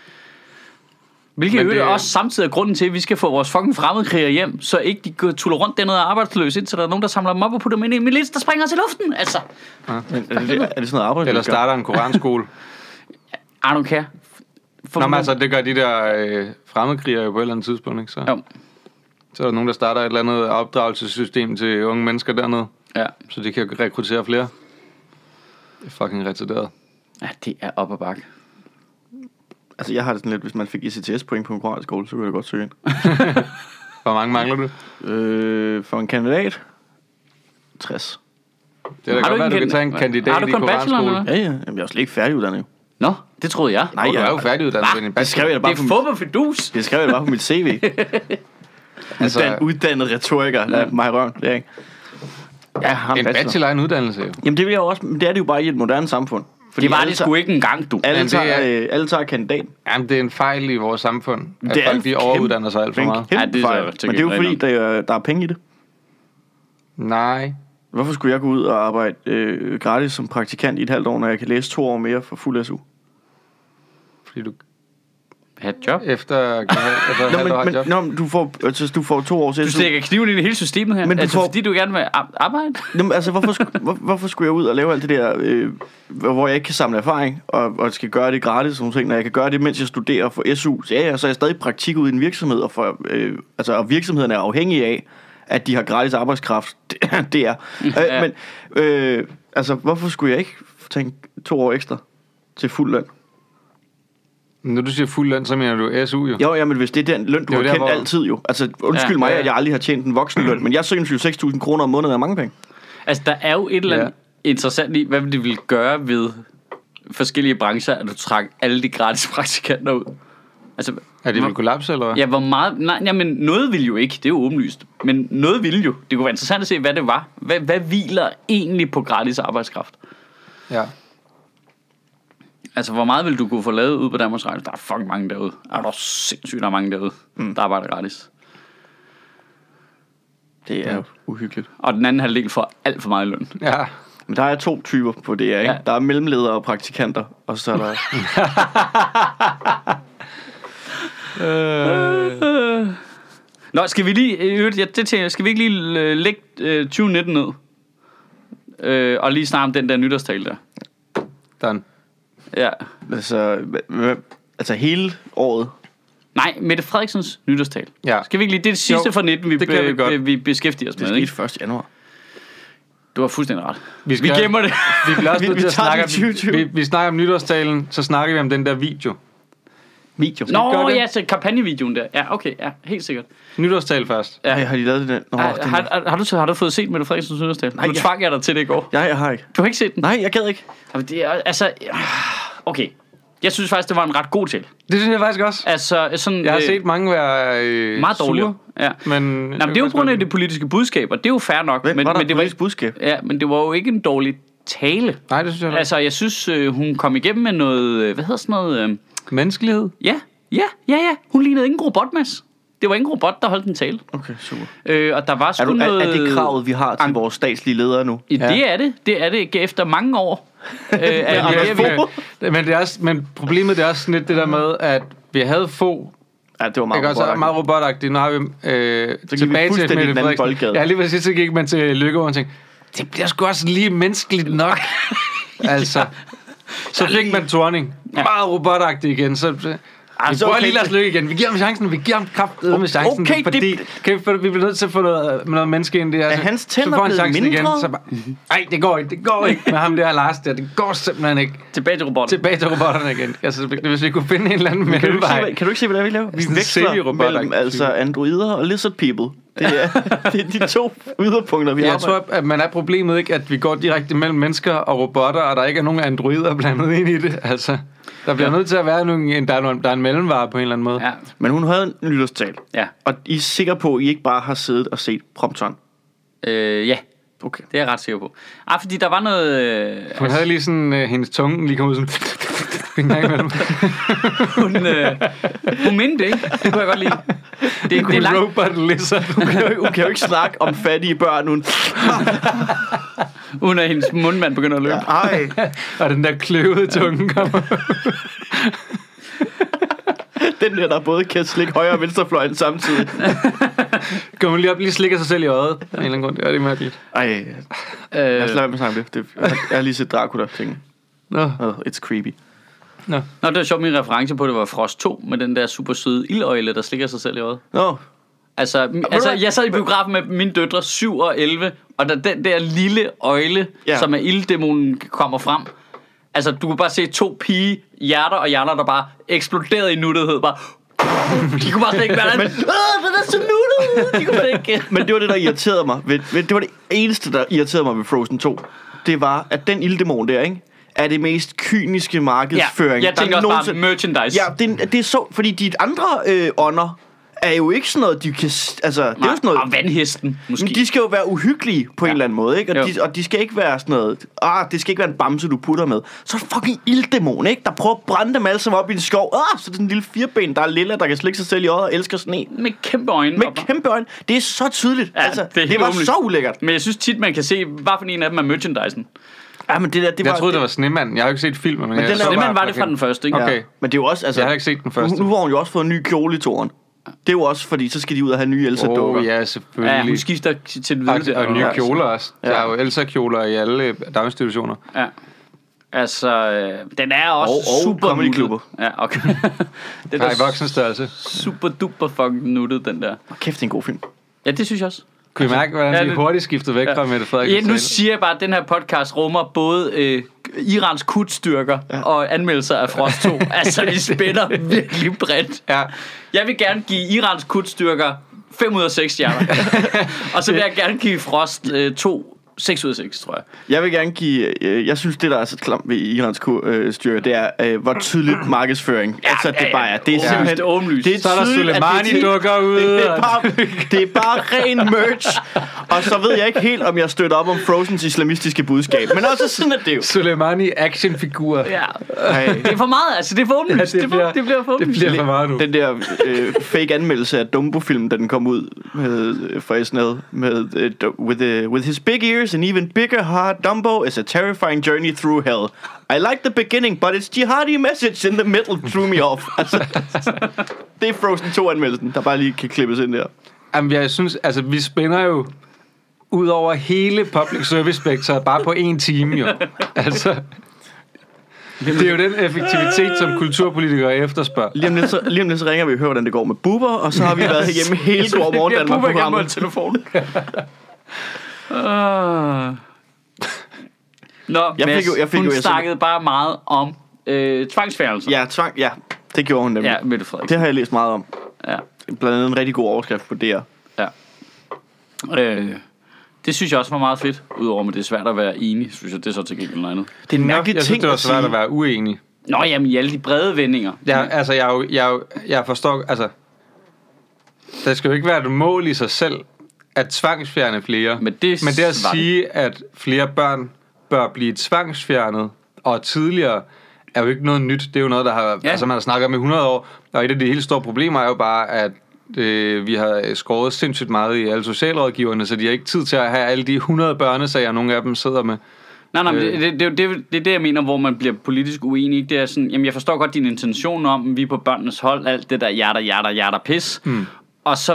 [SPEAKER 1] Hvilket er også samtidig grunden til, at vi skal få vores fucking fremmedkrigere hjem, så ikke de tuller rundt dernede og arbejdsløse, indtil der er nogen, der samler dem op og putter dem ind i en milits, der springer os i luften. Altså.
[SPEAKER 3] Ja. Er det sådan noget arbejde?
[SPEAKER 2] Eller starter en koranskole.
[SPEAKER 1] I don't care.
[SPEAKER 2] Nå, men altså, det gør de der fremmedkrigere jo på et eller andet tidspunkt, ikke? Så.
[SPEAKER 1] Jo.
[SPEAKER 2] Så er der nogen, der starter et eller andet opdragelsessystem til unge mennesker dernede.
[SPEAKER 1] Ja.
[SPEAKER 2] Så de kan rekruttere flere. Det er fucking retarderet.
[SPEAKER 1] Ja, det er op ad bakke.
[SPEAKER 3] Altså, jeg har det sådan lidt, hvis man fik ECTS-point på en koranskole, så kunne jeg godt søge ind.
[SPEAKER 2] Hvor mange mangler du?
[SPEAKER 3] For en kandidat? 60.
[SPEAKER 2] Det er da godt være, du kan tage en kandidat i koranskole.
[SPEAKER 3] Ja. Jamen, jeg er slet ikke færdiguddannet jo.
[SPEAKER 1] Nå, det troede jeg.
[SPEAKER 3] Nej,
[SPEAKER 2] jeg er jo færdiguddannet.
[SPEAKER 3] Det skrev jeg da bare
[SPEAKER 1] på... Det er fodboldfidus.
[SPEAKER 3] Det skrev jeg da bare på mit CV. Altså, uddannet retoriker. Ja, mig røven. Det er ikke.
[SPEAKER 2] Ja, en bachelor er en uddannelse jo.
[SPEAKER 3] Jamen, det vil jeg også. Det er det jo bare i et moderne samfund.
[SPEAKER 1] Fordi det var det sgu ikke engang, du.
[SPEAKER 3] Alle tager kandidat.
[SPEAKER 2] Jamen, det er en fejl i vores samfund, at folk de overuddanner sig alt for meget.
[SPEAKER 3] Ja, det er men det er jo fordi, der er penge i det.
[SPEAKER 2] Nej.
[SPEAKER 3] Hvorfor skulle jeg gå ud og arbejde gratis som praktikant i et halvt år, når jeg kan læse 2 år mere for fuld SU?
[SPEAKER 2] Fordi du
[SPEAKER 1] have et job?
[SPEAKER 2] Efter job.
[SPEAKER 3] Nå, du får 2 års SU.
[SPEAKER 1] Du stikker kniven ind i hele systemet her. Men fordi du gerne vil arbejde?
[SPEAKER 3] Nå, altså, hvorfor skulle jeg ud og lave alt det der, hvor jeg ikke kan samle erfaring, og skal gøre det gratis, sådan ting, når jeg kan gøre det, mens jeg studerer for SU. Så så er jeg stadig praktik ud i en virksomhed, og virksomhederne er afhængige af, at de har gratis arbejdskraft. Det er. Ja. Men altså, hvorfor skulle jeg ikke tænke 2 år ekstra til fuld løn?
[SPEAKER 2] Når du siger fuld løn, så mener du SU jo.
[SPEAKER 3] Jo, men hvis det er den løn, du har kendt altid jo. Altså, undskyld mig, at jeg aldrig har tjent en voksenløn, men jeg synes jo 6.000 kroner om måneden er mange penge.
[SPEAKER 1] Altså, der er jo et eller andet interessant i, hvad det ville gøre ved forskellige brancher, at du trak alle de gratis praktikanter ud. Altså,
[SPEAKER 2] er det ville kollapse, eller hvad?
[SPEAKER 1] Ja, hvor meget... Nej, men noget ville jo ikke. Det er jo åbenlyst. Men noget ville jo. Det kunne være interessant at se, hvad det var. Hvad hviler egentlig på gratis arbejdskraft?
[SPEAKER 2] Ja.
[SPEAKER 1] Altså, hvor meget vil du kunne få lavet ud på Danmarks Radio? Der er fucking mange derude. Der er sindssygt, der er mange derude, der arbejder gratis.
[SPEAKER 3] Det er jo uhyggeligt.
[SPEAKER 1] Og den anden halvdel får alt for meget løn.
[SPEAKER 2] Ja.
[SPEAKER 3] Men der er 2 typer på det, ikke? Ja. Der er mellemledere og praktikanter, og så er der...
[SPEAKER 1] Nå, skal vi lige... skal vi ikke lige lægge 2019 ned? Og lige snakke om den der nytårstale der?
[SPEAKER 2] Done.
[SPEAKER 1] Ja.
[SPEAKER 3] Altså hele året?
[SPEAKER 1] Nej, Mette Frederiksens nytårstale.
[SPEAKER 2] Ja.
[SPEAKER 1] Skal vi ikke lige... Det er det sidste fra 19, vi beskæftiger os med, ikke?
[SPEAKER 3] Det skete 1. januar.
[SPEAKER 1] Du har fuldstændig ret.
[SPEAKER 2] Vi
[SPEAKER 1] gemmer det.
[SPEAKER 2] Vi bliver også nødt til at snakke vi snakker om nytårstalen, så snakker vi om den der video.
[SPEAKER 1] Nå, ja, så kampagnevideoen der. Ja, okay, ja, helt sikkert.
[SPEAKER 2] Nytårstale først.
[SPEAKER 3] Ja. Har de lavet det?
[SPEAKER 1] Har du fået set Mette Frederiksens nytårstale? Nu tvang jeg dig til det i går.
[SPEAKER 3] Ja, jeg har ikke.
[SPEAKER 1] Du har ikke set den?
[SPEAKER 3] Nej, jeg gad ikke.
[SPEAKER 1] Jamen, det er, altså... Okay. Jeg synes faktisk, det var en ret god til.
[SPEAKER 2] Det synes jeg faktisk også.
[SPEAKER 1] Altså, sådan,
[SPEAKER 2] jeg har set mange være
[SPEAKER 1] meget dårlige. Ja.
[SPEAKER 2] Men
[SPEAKER 1] det er jo på grund af det politiske budskab, og det er jo fair nok.
[SPEAKER 3] Men det var ikke budskab.
[SPEAKER 1] Ja, men det var jo ikke en dårlig tale.
[SPEAKER 2] Nej, det synes jeg.
[SPEAKER 1] Altså, jeg synes, hun kom igennem med noget... Hvad hedder sådan noget...
[SPEAKER 2] Menneskelighed?
[SPEAKER 1] Ja. Hun lignede ikke en robot, Mads. Det var ikke en robot, der holdt en tale.
[SPEAKER 3] Okay, super.
[SPEAKER 1] Og der var sgu noget...
[SPEAKER 3] Er det kravet, vi har til vores statslige ledere nu?
[SPEAKER 1] Ja. Det er det. Efter mange år.
[SPEAKER 2] Men problemet det er også lidt det der med, at vi havde få...
[SPEAKER 3] Ja, det var meget
[SPEAKER 2] robotagtigt. Nu har vi
[SPEAKER 3] tilbage til Mette Frederiksen.
[SPEAKER 2] Ja, lige præcis, så gik man til Lykke og tænkte, det bliver sgu også lige menneskeligt nok. Altså, så fik man Thorning. Meget robotagtigt igen, så... Vi prøver lige Lars Løkke igen. Vi giver ham chancen. Vi giver ham kraft med chancen.
[SPEAKER 3] Okay,
[SPEAKER 2] fordi vi bliver nødt til at få noget menneske ind der.
[SPEAKER 3] Er hans tænder blevet mindre? Igen, så bare,
[SPEAKER 2] nej, det går ikke med ham der Lars der. Det går simpelthen ikke.
[SPEAKER 1] Tilbage til
[SPEAKER 2] robotterne igen. Altså, hvis vi kunne finde en eller anden mellemvej.
[SPEAKER 3] Kan du ikke se, hvad vi laver? Vi veksler mellem androider og lizard people. Det er de 2 yderpunkter, vi har.
[SPEAKER 2] Jeg tror, at man er problemet ikke, at vi går direkte mellem mennesker og robotter, og der ikke er nogen androider blandet ind i det. Altså... Der bliver nødt til at være der er en mellemvare på en eller anden måde.
[SPEAKER 3] Ja. Men hun havde en nytårstale.
[SPEAKER 1] Ja.
[SPEAKER 3] Og I er sikre på, at I ikke bare har siddet og set prompteren?
[SPEAKER 1] Ja.
[SPEAKER 3] Okay.
[SPEAKER 1] Det er jeg ret sikker på. Fordi der var noget...
[SPEAKER 2] Hun havde lige sådan... hendes tunge lige kom ud sådan...
[SPEAKER 1] hun mente det, ikke? Det kunne jeg godt lide. Det er langt.
[SPEAKER 2] Robot lizard.
[SPEAKER 3] Hun kan jo ikke snakke om fattige børn.
[SPEAKER 1] Uden at hendes mundmand begynder at løbe.
[SPEAKER 3] Ja,
[SPEAKER 2] og den der kløvede tunge kommer.
[SPEAKER 3] Den der både kan slikke højre og venstrefløjen samtidig.
[SPEAKER 2] Kommer lige op, lige slikker sig selv i øjet. Af en eller anden grund, det er det mærkeligt.
[SPEAKER 3] Ej, lad os lade være med at snakke det. Jeg har lige set Dracula-ting. It's creepy.
[SPEAKER 1] Nå, det var sjovt, min reference på det var Frost 2, med den der super søde ildøjle, der slikker sig selv i øjet. Altså, jeg sad i biografen med mine døtre, 7 og 11, og da den der lille øjle, som er ilddæmonen, kommer frem, altså, du kunne bare se 2 hjerter, der bare eksploderede i nuttethed, bare... De kunne bare slet ikke være der. Men den er så nuttet! De kunne ikke...
[SPEAKER 3] Men det var det, der irriterede mig. Det var det eneste, der irriterede mig ved Frozen 2. Det var, at den ilddæmon der, ikke? Er det mest kyniske markedsføring.
[SPEAKER 1] Ja, jeg tænker også bare merchandise.
[SPEAKER 3] Ja, det er så... Fordi de andre ånder er jo ikke sådan noget, de kan... Altså, det er jo sådan noget...
[SPEAKER 1] Og vandhesten, måske.
[SPEAKER 3] De skal jo være uhyggelige på en eller anden måde, ikke? Og de skal ikke være sådan noget... det skal ikke være en bamse, du putter med. Så fucking ilddæmon, ikke? Der prøver at brænde dem alle sammen op i en skov. Så er det en lille 4-ben, der er lilla, der kan slikke sig selv i øjet og elsker sne.
[SPEAKER 1] Med kæmpe øjne.
[SPEAKER 3] Det er så tydeligt. Ja, altså, det var så ulækkert.
[SPEAKER 1] Men jeg synes tit, man kan se, hvad for en af dem er merchandisen.
[SPEAKER 3] Ja, men det
[SPEAKER 2] jeg troede, det var Snemanden. Jeg har jo ikke set filmen. Men
[SPEAKER 1] Snemanden var det fra den første, ikke?
[SPEAKER 2] Okay.
[SPEAKER 3] Ja. Men det er jo også... Altså,
[SPEAKER 2] jeg har ikke set den første.
[SPEAKER 3] Nu har hun jo også fået en ny kjole i toren. Det er jo også, fordi så skal de ud og have nye Elsa-dukker.
[SPEAKER 2] Ja, selvfølgelig.
[SPEAKER 1] Ja, hun skifter til den hvide.
[SPEAKER 2] Og nye kjoler også. Der er jo Elsa-kjoler i alle daginstitutioner.
[SPEAKER 1] Ja. Altså, den er også super
[SPEAKER 3] comedy-klubber.
[SPEAKER 1] Ja, okay.
[SPEAKER 2] Den er i voksenstørrelse.
[SPEAKER 1] Super duper fucking nuttet, den der.
[SPEAKER 3] Kæft, det er en god film.
[SPEAKER 1] Ja, det synes jeg også.
[SPEAKER 2] Kunne I mærke, hvordan de hurtigt skiftede væk fra Mette Frederiksen?
[SPEAKER 1] Ja, nu siger jeg bare, at den her podcast rummer både Irans kutstyrker og anmeldelser af Frost 2. Altså, vi spænder virkelig bredt.
[SPEAKER 2] Ja.
[SPEAKER 1] Jeg vil gerne give Irans kutstyrker 5 ud af 6 stjerner. Og så vil jeg gerne give Frost 2 6 ud af 6, tror jeg.
[SPEAKER 3] Jeg vil gerne give... jeg synes, det der er så klamt ved Irans styrke, det er, hvor tydeligt markedsføring. Altså, det bare er. Det er simpelthen...
[SPEAKER 1] Det er åbenlyst.
[SPEAKER 3] Det er
[SPEAKER 2] så er der Soleimani dukker ud.
[SPEAKER 3] Det er bare ren merch. Og så ved jeg ikke helt, om jeg støtter op om Frozens islamistiske budskab. Men også sådan er det jo.
[SPEAKER 2] Soleimani actionfigurer.
[SPEAKER 1] Ja. Det er for meget, altså. Det er for åbenlyst. Det bliver for åbenlyst.
[SPEAKER 2] Det bliver for meget nu.
[SPEAKER 3] Den der fake anmeldelse af Dumbo-filmen, da den kom ud med fra SNL, med with his big ears and even bigger heart, Dumbo is a terrifying journey through hell. I like the beginning, but its jihadi message in the middle threw me off. Altså, det er Frozen 2-anmeldelsen, der bare lige kan klippes ind der.
[SPEAKER 2] Jamen, jeg synes, altså, vi spænder jo ud over hele public service spektret bare på 1 time, jo. Altså, det er jo den effektivitet, som kulturpolitikere efterspørger.
[SPEAKER 3] Lige om lidt så ringer vi og hører, hvordan det går med Bubber, og så har vi været hjemme hele Godmorgen Danmark-programmet.
[SPEAKER 1] Telefonen. Nå, hun snakkede bare meget om tvangsfjernelser.
[SPEAKER 3] Ja, det gjorde hun nemlig.
[SPEAKER 1] Ja, Mette Frederiksen.
[SPEAKER 3] Det har jeg læst meget om.
[SPEAKER 1] Ja.
[SPEAKER 3] Blandt andet en rigtig god overskrift på DR.
[SPEAKER 1] Ja. Det synes jeg også var meget fedt. Udover med det er svært at være enig, synes jeg, det er så til gengæld noget andet.
[SPEAKER 3] Det er en mærkelig ting.
[SPEAKER 2] Jeg synes, det var svært at være uenig.
[SPEAKER 1] Nå, jamen i alle de brede vendinger.
[SPEAKER 2] Ja, altså jeg forstår, altså der skal jo ikke være et mål i sig selv at tvangsfjerne flere. Men det at sige, at flere børn bør blive tvangsfjernet og tidligere, er jo ikke noget nyt. Det er jo noget, der har, altså man har snakket om i 100 år. Og et af de helt store problemer er jo bare, at vi har skåret sindssygt meget i alle socialrådgiverne, så de har ikke tid til at have alle de 100 børnesager, nogle af dem sidder med.
[SPEAKER 1] Nej, men det er det, jeg mener, hvor man bliver politisk uenig. Det er sådan, jamen jeg forstår godt din intention om, vi er på børnenes hold, alt det der hjerter pis. Og så,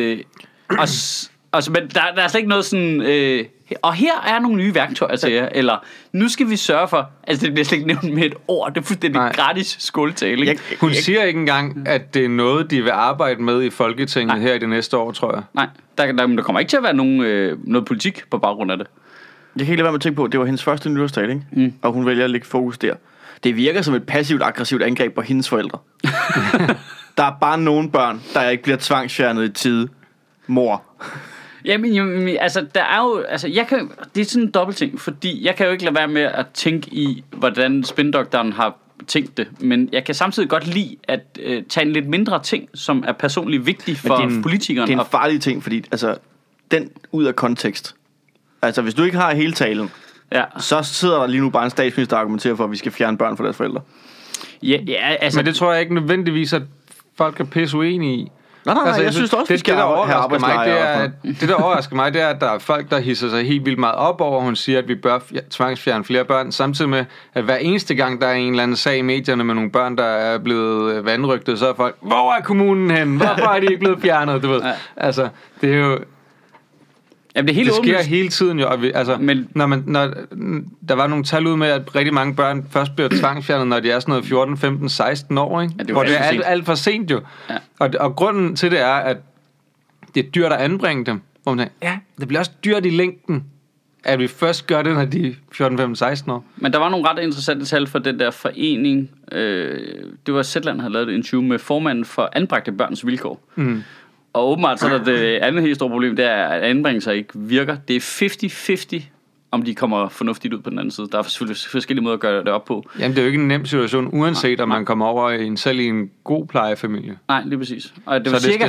[SPEAKER 1] men der er slet ikke noget sådan... og her er nogle nye værktøjer til jer, eller nu skal vi sørge for, altså det bliver slet ikke nævnt med et ord, det er fuldstændig gratis skoletale.
[SPEAKER 2] Hun siger ikke engang, at det er noget, de vil arbejde med i Folketinget her i det næste år, tror jeg.
[SPEAKER 1] Nej, der kommer ikke til at være noget politik på baggrund af det.
[SPEAKER 3] Jeg kan ikke lade være med at tænke på, at det var hendes første nytårstale, ikke? Og hun vælger at lægge fokus der. Det virker som et passivt-aggressivt angreb på hendes forældre. Der er bare nogle børn, der ikke bliver tvangsfjernet i tide. Mor.
[SPEAKER 1] Jamen, altså, der er jo... Altså, det er sådan en dobbeltting, fordi jeg kan jo ikke lade være med at tænke i, hvordan spindoktoren har tænkt det. Men jeg kan samtidig godt lide at tage en lidt mindre ting, som er personligt vigtig for politikeren.
[SPEAKER 3] Det er en farlig ting, fordi altså, den ud af kontekst. Altså, hvis du ikke har hele talen, så sidder der lige nu bare en statsminister og argumenterer for, at vi skal fjerne børn fra deres forældre.
[SPEAKER 1] Ja, altså...
[SPEAKER 2] Men det tror jeg ikke nødvendigvis, at folk er pisse uenige i.
[SPEAKER 3] Nej, altså, jeg synes også, vi skal have
[SPEAKER 2] arbejdslejre. Det, der overrasker mig, det er, at der er folk, der hisser sig helt vildt meget op over, hun siger, at vi bør tvangsfjerne flere børn, samtidig med, at hver eneste gang, der er en eller anden sag i medierne med nogle børn, der er blevet vandrygtet, så er folk, hvor er kommunen hen? Hvorfor er de ikke blevet fjernet? Du ved. Altså, det er jo...
[SPEAKER 1] Jamen, det
[SPEAKER 2] sker hele tiden jo, altså, men når der var nogle tal ud med, at rigtig mange børn først bliver tvangsfjernet, når de er sådan noget 14, 15, 16 år, ikke? Hvor det er alt for sent jo. Og grunden til det er, at det er dyrt at anbringe dem. Hvor man tænker, det bliver også dyrt i længden, at vi først gør det, når de er 14, 15, 16 år.
[SPEAKER 1] Men der var nogle ret interessante tal for den der forening. Det var Zetland, der havde lavet et interview med formanden for anbragte børns vilkår. Og åbenbart så er der det andet helt store problem, det er, at anbringelser ikke virker. Det er 50-50, om de kommer fornuftigt ud på den anden side. Der er selvfølgelig forskellige måder at gøre det op på.
[SPEAKER 2] Jamen, det er jo ikke en nem situation, uanset om man kommer over selv i en god plejefamilie.
[SPEAKER 1] Nej, lige præcis. Og det
[SPEAKER 2] så
[SPEAKER 1] var cirka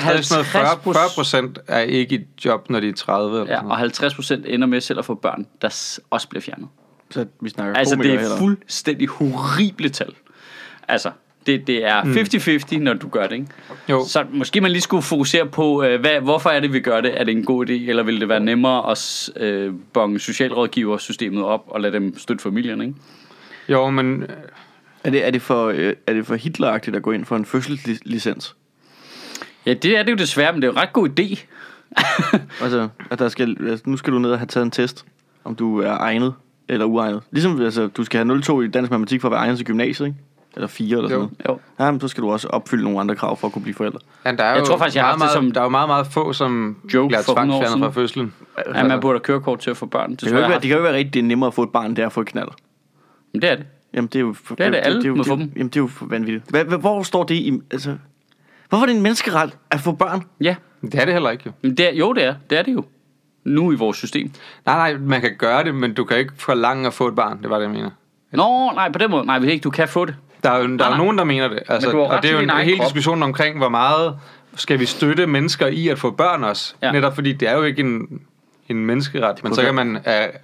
[SPEAKER 2] 40% er ikke i job, når de er 30.
[SPEAKER 1] Ja, og 50% ender med selv at få børn, der også bliver fjernet.
[SPEAKER 3] Så vi snakker
[SPEAKER 1] altså, det er fuldstændig horrible tal. Altså... Det er 50-50, når du gør det, ikke?
[SPEAKER 2] Jo.
[SPEAKER 1] Så måske man lige skulle fokusere på, hvorfor er det, vi gør det? Er det en god idé, eller vil det være nemmere at bonge socialrådgiversystemet op og lade dem støtte familierne, ikke?
[SPEAKER 2] Jo, men...
[SPEAKER 3] Er det for Hitleragtigt at gå ind for en fødselslicens?
[SPEAKER 1] Ja, det er det jo desværre, men det er jo en ret god idé.
[SPEAKER 3] Altså, at nu skal du ned og have taget en test, om du er egnet eller uegnet. Ligesom altså, du skal have 0,2 i dansk matematik for at være egnet til gymnasiet, ikke? Eller 4 eller sådan noget.
[SPEAKER 1] Jo.
[SPEAKER 3] Ja, men så skal du også opfylde nogle andre krav for at kunne blive forældre.
[SPEAKER 2] Ja, der er jeg tror faktisk, der er jo meget få, som bliver tvangsfjernet fra fødslen.
[SPEAKER 1] Ja, man burde have kørekort til at få børn.
[SPEAKER 3] Det kan jo ikke være rigtigt, det er nemmere at få et barn, der at få et knald.
[SPEAKER 1] Men det er det.
[SPEAKER 3] Jamen, det er jo...
[SPEAKER 1] Det er det, alle må få dem.
[SPEAKER 3] Jamen, det er jo for vanvittigt. Hvor står det i... Altså, hvorfor er det en menneskeret at få børn?
[SPEAKER 1] Ja.
[SPEAKER 2] Det er det heller ikke, jo.
[SPEAKER 1] Det er det jo. Nu i vores system.
[SPEAKER 2] Nej, man kan gøre det, men du kan ikke forlange at få et barn. Det var det, jeg mener.
[SPEAKER 1] Nå, nej, på den måde. Nej, hvis ikke du kan få det.
[SPEAKER 2] Der er jo nogen, der mener det. Altså, og det er jo en hel diskussion omkring, hvor meget skal vi støtte mennesker i at få børn også. Ja. Netop fordi det er jo ikke en menneskeret. Men så kan man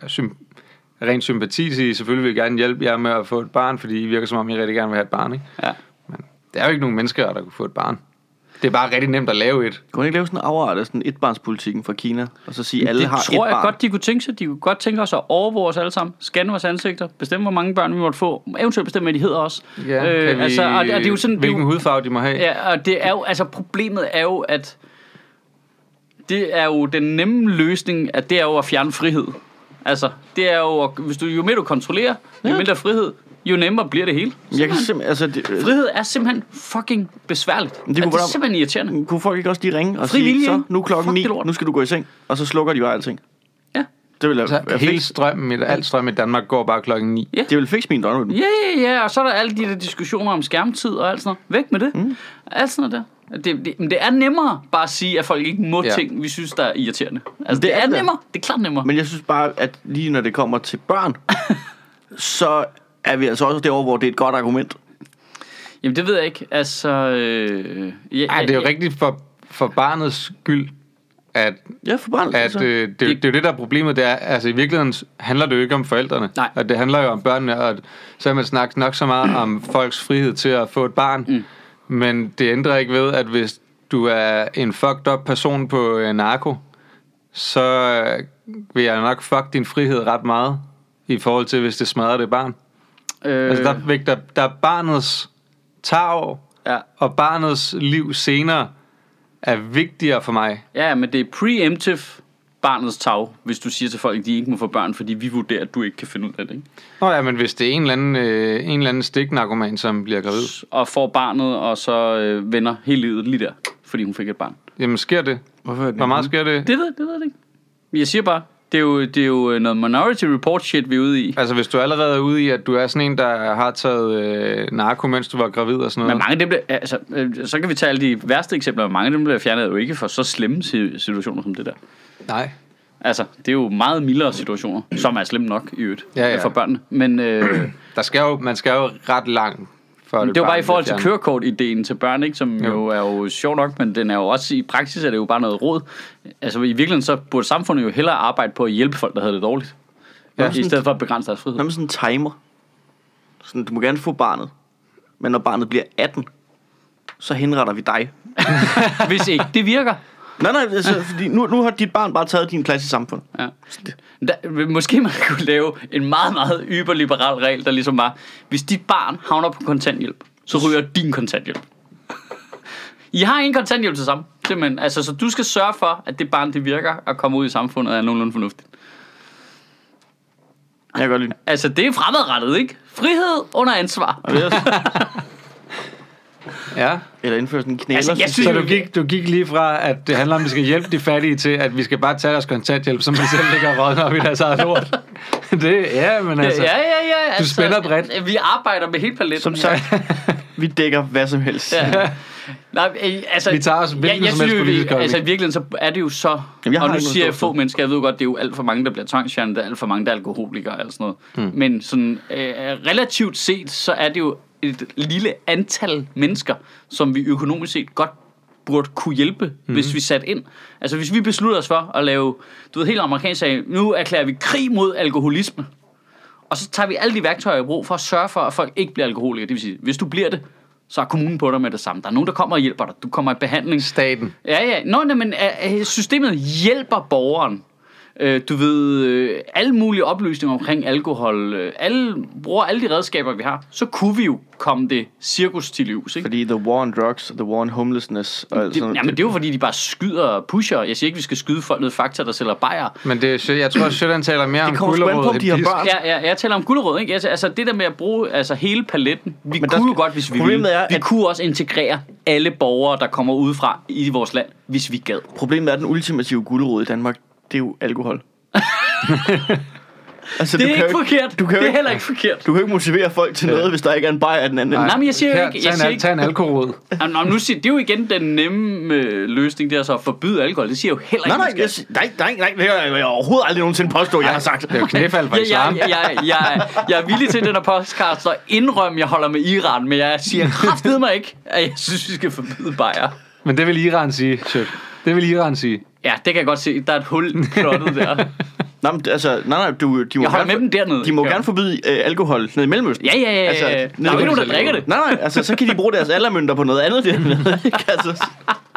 [SPEAKER 2] rent sympati sige, selvfølgelig vil jeg gerne hjælpe jer med at få et barn, fordi I virker som om, I rigtig gerne vil have et barn. Ikke?
[SPEAKER 1] Ja.
[SPEAKER 2] Men det er jo ikke nogen menneskeret, der kunne få et barn. Det er bare rigtig nemt at lave et.
[SPEAKER 3] Kunne ikke lave sådan en afart af sådan etbarnspolitikken fra Kina, og så sige, at alle har et barn?
[SPEAKER 1] Det tror jeg godt, de kunne tænke sig. De kunne godt tænke os at overvåge os alle sammen, scanne vores ansigter, bestemme, hvor mange børn vi måtte få, eventuelt bestemme, hvad de hedder også.
[SPEAKER 2] Ja, og det er jo sådan, hvilken hudfarve de må have.
[SPEAKER 1] Ja, og det er jo, altså problemet er jo, at det er jo den nemme løsning, at det er jo at fjerne frihed. Altså, det er jo, jo mere du kontrollerer, jo mindre frihed, jo nemmere bliver det hele. Frihed er simpelthen fucking besværligt. Det er simpelthen irriterende.
[SPEAKER 3] Kunne folk ikke også lige ringe og sige, så nu klokken 9, nu skal du gå i seng, og så slukker de jo alting?
[SPEAKER 2] Ja. Det vil hele strømmen, al strøm i Danmark går bare klokken 9.
[SPEAKER 3] Ja. Det vil fikse min døgnrytme.
[SPEAKER 1] Ja, og så er der alle de der diskussioner om skærmtid og alt sådan noget. Væk med det. Alt sådan noget der. Det er nemmere bare at sige, at folk ikke må ting, vi synes, der er irriterende. Altså, det er nemmere. Det er klart nemmere.
[SPEAKER 3] Men jeg synes bare, at lige når det kommer til børn, så er vi altså også derovre, hvor det er et godt argument.
[SPEAKER 1] Jamen, det ved jeg ikke. Altså...
[SPEAKER 2] det er jo rigtigt for barnets skyld, at...
[SPEAKER 3] Ja, for barnet.
[SPEAKER 2] At, det er jo det, der er problemet. Det er, altså, i virkeligheden handler det jo ikke om forældrene.
[SPEAKER 1] Nej.
[SPEAKER 2] Og det handler jo om børnene, og så har man snakket nok så meget om folks frihed til at få et barn. Men det ændrer ikke ved, at hvis du er en fucked up person på narko, så vil jeg nok fuck din frihed ret meget, i forhold til, hvis det smadrer det barn. Altså, der er barnets tarv, og barnets liv senere er vigtigere for mig. Ja,
[SPEAKER 1] men det er preemptive barnets tarv, hvis du siger til folk, at de ikke må få børn, fordi vi vurderer, at du ikke kan finde ud af det, ikke?
[SPEAKER 2] Nå ja, men hvis det er en eller anden stiknarkoman, som bliver gravid.
[SPEAKER 1] Og får barnet, og så vender hele livet lige der, fordi hun fik et barn.
[SPEAKER 2] Jamen, sker det? Hvor meget sker det?
[SPEAKER 1] Det ved jeg ikke. Jeg siger bare, det er jo noget Minority Report shit, vi er ude i.
[SPEAKER 2] Altså, hvis du allerede er ude i, at du er sådan en, der har taget narko, mens du var gravid og sådan noget.
[SPEAKER 1] Men mange af dem, altså, så kan vi tage alle de værste eksempler, mange af dem bliver fjernet jo ikke for så slemme situationer som det der.
[SPEAKER 2] Nej.
[SPEAKER 1] Altså, det er jo meget mildere situationer, som er slemme nok i øvrigt for børnene. Men
[SPEAKER 2] man skal jo ret langt.
[SPEAKER 1] Det er jo bare i forhold til kørekort-ideen til børn, ikke, som jo er jo sjov nok, men den er jo også i praksis er det jo bare noget råd. Altså i virkeligheden så burde samfundet jo hellere arbejde på at hjælpe folk, der havde det dårligt, i stedet for at begrænse deres frihed.
[SPEAKER 3] Hvad med sådan en timer? Sådan, du må gerne få barnet, men når barnet bliver 18, så henretter vi dig.
[SPEAKER 1] Hvis ikke det virker.
[SPEAKER 3] Nej, altså, fordi nu har dit barn bare taget din plads i samfundet.
[SPEAKER 1] Ja. Måske man kunne lave en meget, meget yberliberal regel, der ligesom var, hvis dit barn havner på kontanthjælp, så ryger din kontanthjælp. I har ingen kontanthjælp til sammen, simpelthen. Altså, så du skal sørge for, at det barn, det virker at komme ud i samfundet og er nogenlunde fornuftigt.
[SPEAKER 3] Jeg kan godt lide.
[SPEAKER 1] Altså, det er fremadrettet, ikke? Frihed under ansvar.
[SPEAKER 2] Ja.
[SPEAKER 3] Eller indføre sådan en knæler.
[SPEAKER 1] Altså,
[SPEAKER 2] så du gik lige fra, at det handler om, at vi skal hjælpe de fattige, til at vi skal bare tage deres kontanthjælp, som vi selv ligger og rådner op i deres eget lort. Men altså...
[SPEAKER 1] Ja.
[SPEAKER 2] Du spænder bredt.
[SPEAKER 1] Vi arbejder med hele paletten.
[SPEAKER 3] Som sagt, vi dækker hvad som helst.
[SPEAKER 1] Ja. Nej, altså...
[SPEAKER 2] Vi tager os hvilken som helst politisk øjeblik.
[SPEAKER 1] Altså, i virkeligheden, så er det jo så... Og nu siger jeg få mennesker, jeg ved godt, det er jo alt for mange, der bliver tvangsfjernet, der er alt for mange, der er alkoholikere og sådan noget. Men sådan, relativt set, så er det jo et lille antal mennesker, som vi økonomisk set godt burde kunne hjælpe, hvis vi satte ind. Altså hvis vi beslutter os for at lave, du ved, helt amerikansk sag, nu erklærer vi krig mod alkoholisme, og så tager vi alle de værktøjer i brug for at sørge for, at folk ikke bliver alkoholikere. Det vil sige, hvis du bliver det, så er kommunen på dig med det samme. Der er nogen, der kommer og hjælper dig. Du kommer i behandling.
[SPEAKER 2] Staten.
[SPEAKER 1] Ja. Men systemet hjælper borgeren. Du ved, alle mulige oplysninger omkring alkohol, bruger alle de redskaber, vi har, så kunne vi jo komme det cirkus til livs, ikke?
[SPEAKER 3] Fordi the war on drugs, the war on homelessness og alt sådan.
[SPEAKER 1] Jamen det er jo fordi, de bare skyder og pusher. Jeg siger ikke, vi skal skyde folk ned Fakta, der sælger bajer.
[SPEAKER 2] Men jeg tror, at Sjøland taler mere om gulerod.
[SPEAKER 1] Ja, jeg taler om gulerod, ikke? Altså det der med at bruge hele paletten. Vi kunne jo godt, hvis vi ville. Vi kunne også integrere alle borgere, der kommer udefra i vores land, hvis vi gad.
[SPEAKER 3] Problemet er, den ultimative gulerod i Danmark, det er jo alkohol. Altså,
[SPEAKER 1] det er ikke forkert. Det er heller ikke forkert.
[SPEAKER 3] Du kan ikke motivere folk til noget, hvis der ikke er en bajer af den anden.
[SPEAKER 1] Nej, men jeg siger ikke...
[SPEAKER 2] Tag en alkohol.
[SPEAKER 1] Nu siger det er jo igen den nemme løsning, der så at forbyde alkohol. Det siger jo heller ikke.
[SPEAKER 3] Nej, det har jeg overhovedet aldrig nogensinde påstå, jeg har sagt.
[SPEAKER 2] Det er jo knæfald for islam.
[SPEAKER 1] Jeg er villig til den her podcast at indrømme, jeg holder med Iran, men jeg siger kraftedeme mig ikke, at jeg synes, vi skal forbyde bajer.
[SPEAKER 2] Men det vil Iran sige, chef. Det vil Iran sige.
[SPEAKER 1] Ja, det kan jeg godt se. Der er et hul plottet der.
[SPEAKER 3] Nej, de må
[SPEAKER 1] jeg holder med dem dernede.
[SPEAKER 3] De må gerne forbyde alkohol nede i Mellemøsten.
[SPEAKER 1] Ja. Altså, der er jo ikke nogen, der drikker det.
[SPEAKER 3] Nej, altså, så kan de bruge deres aldermønter på noget andet dernede. Altså.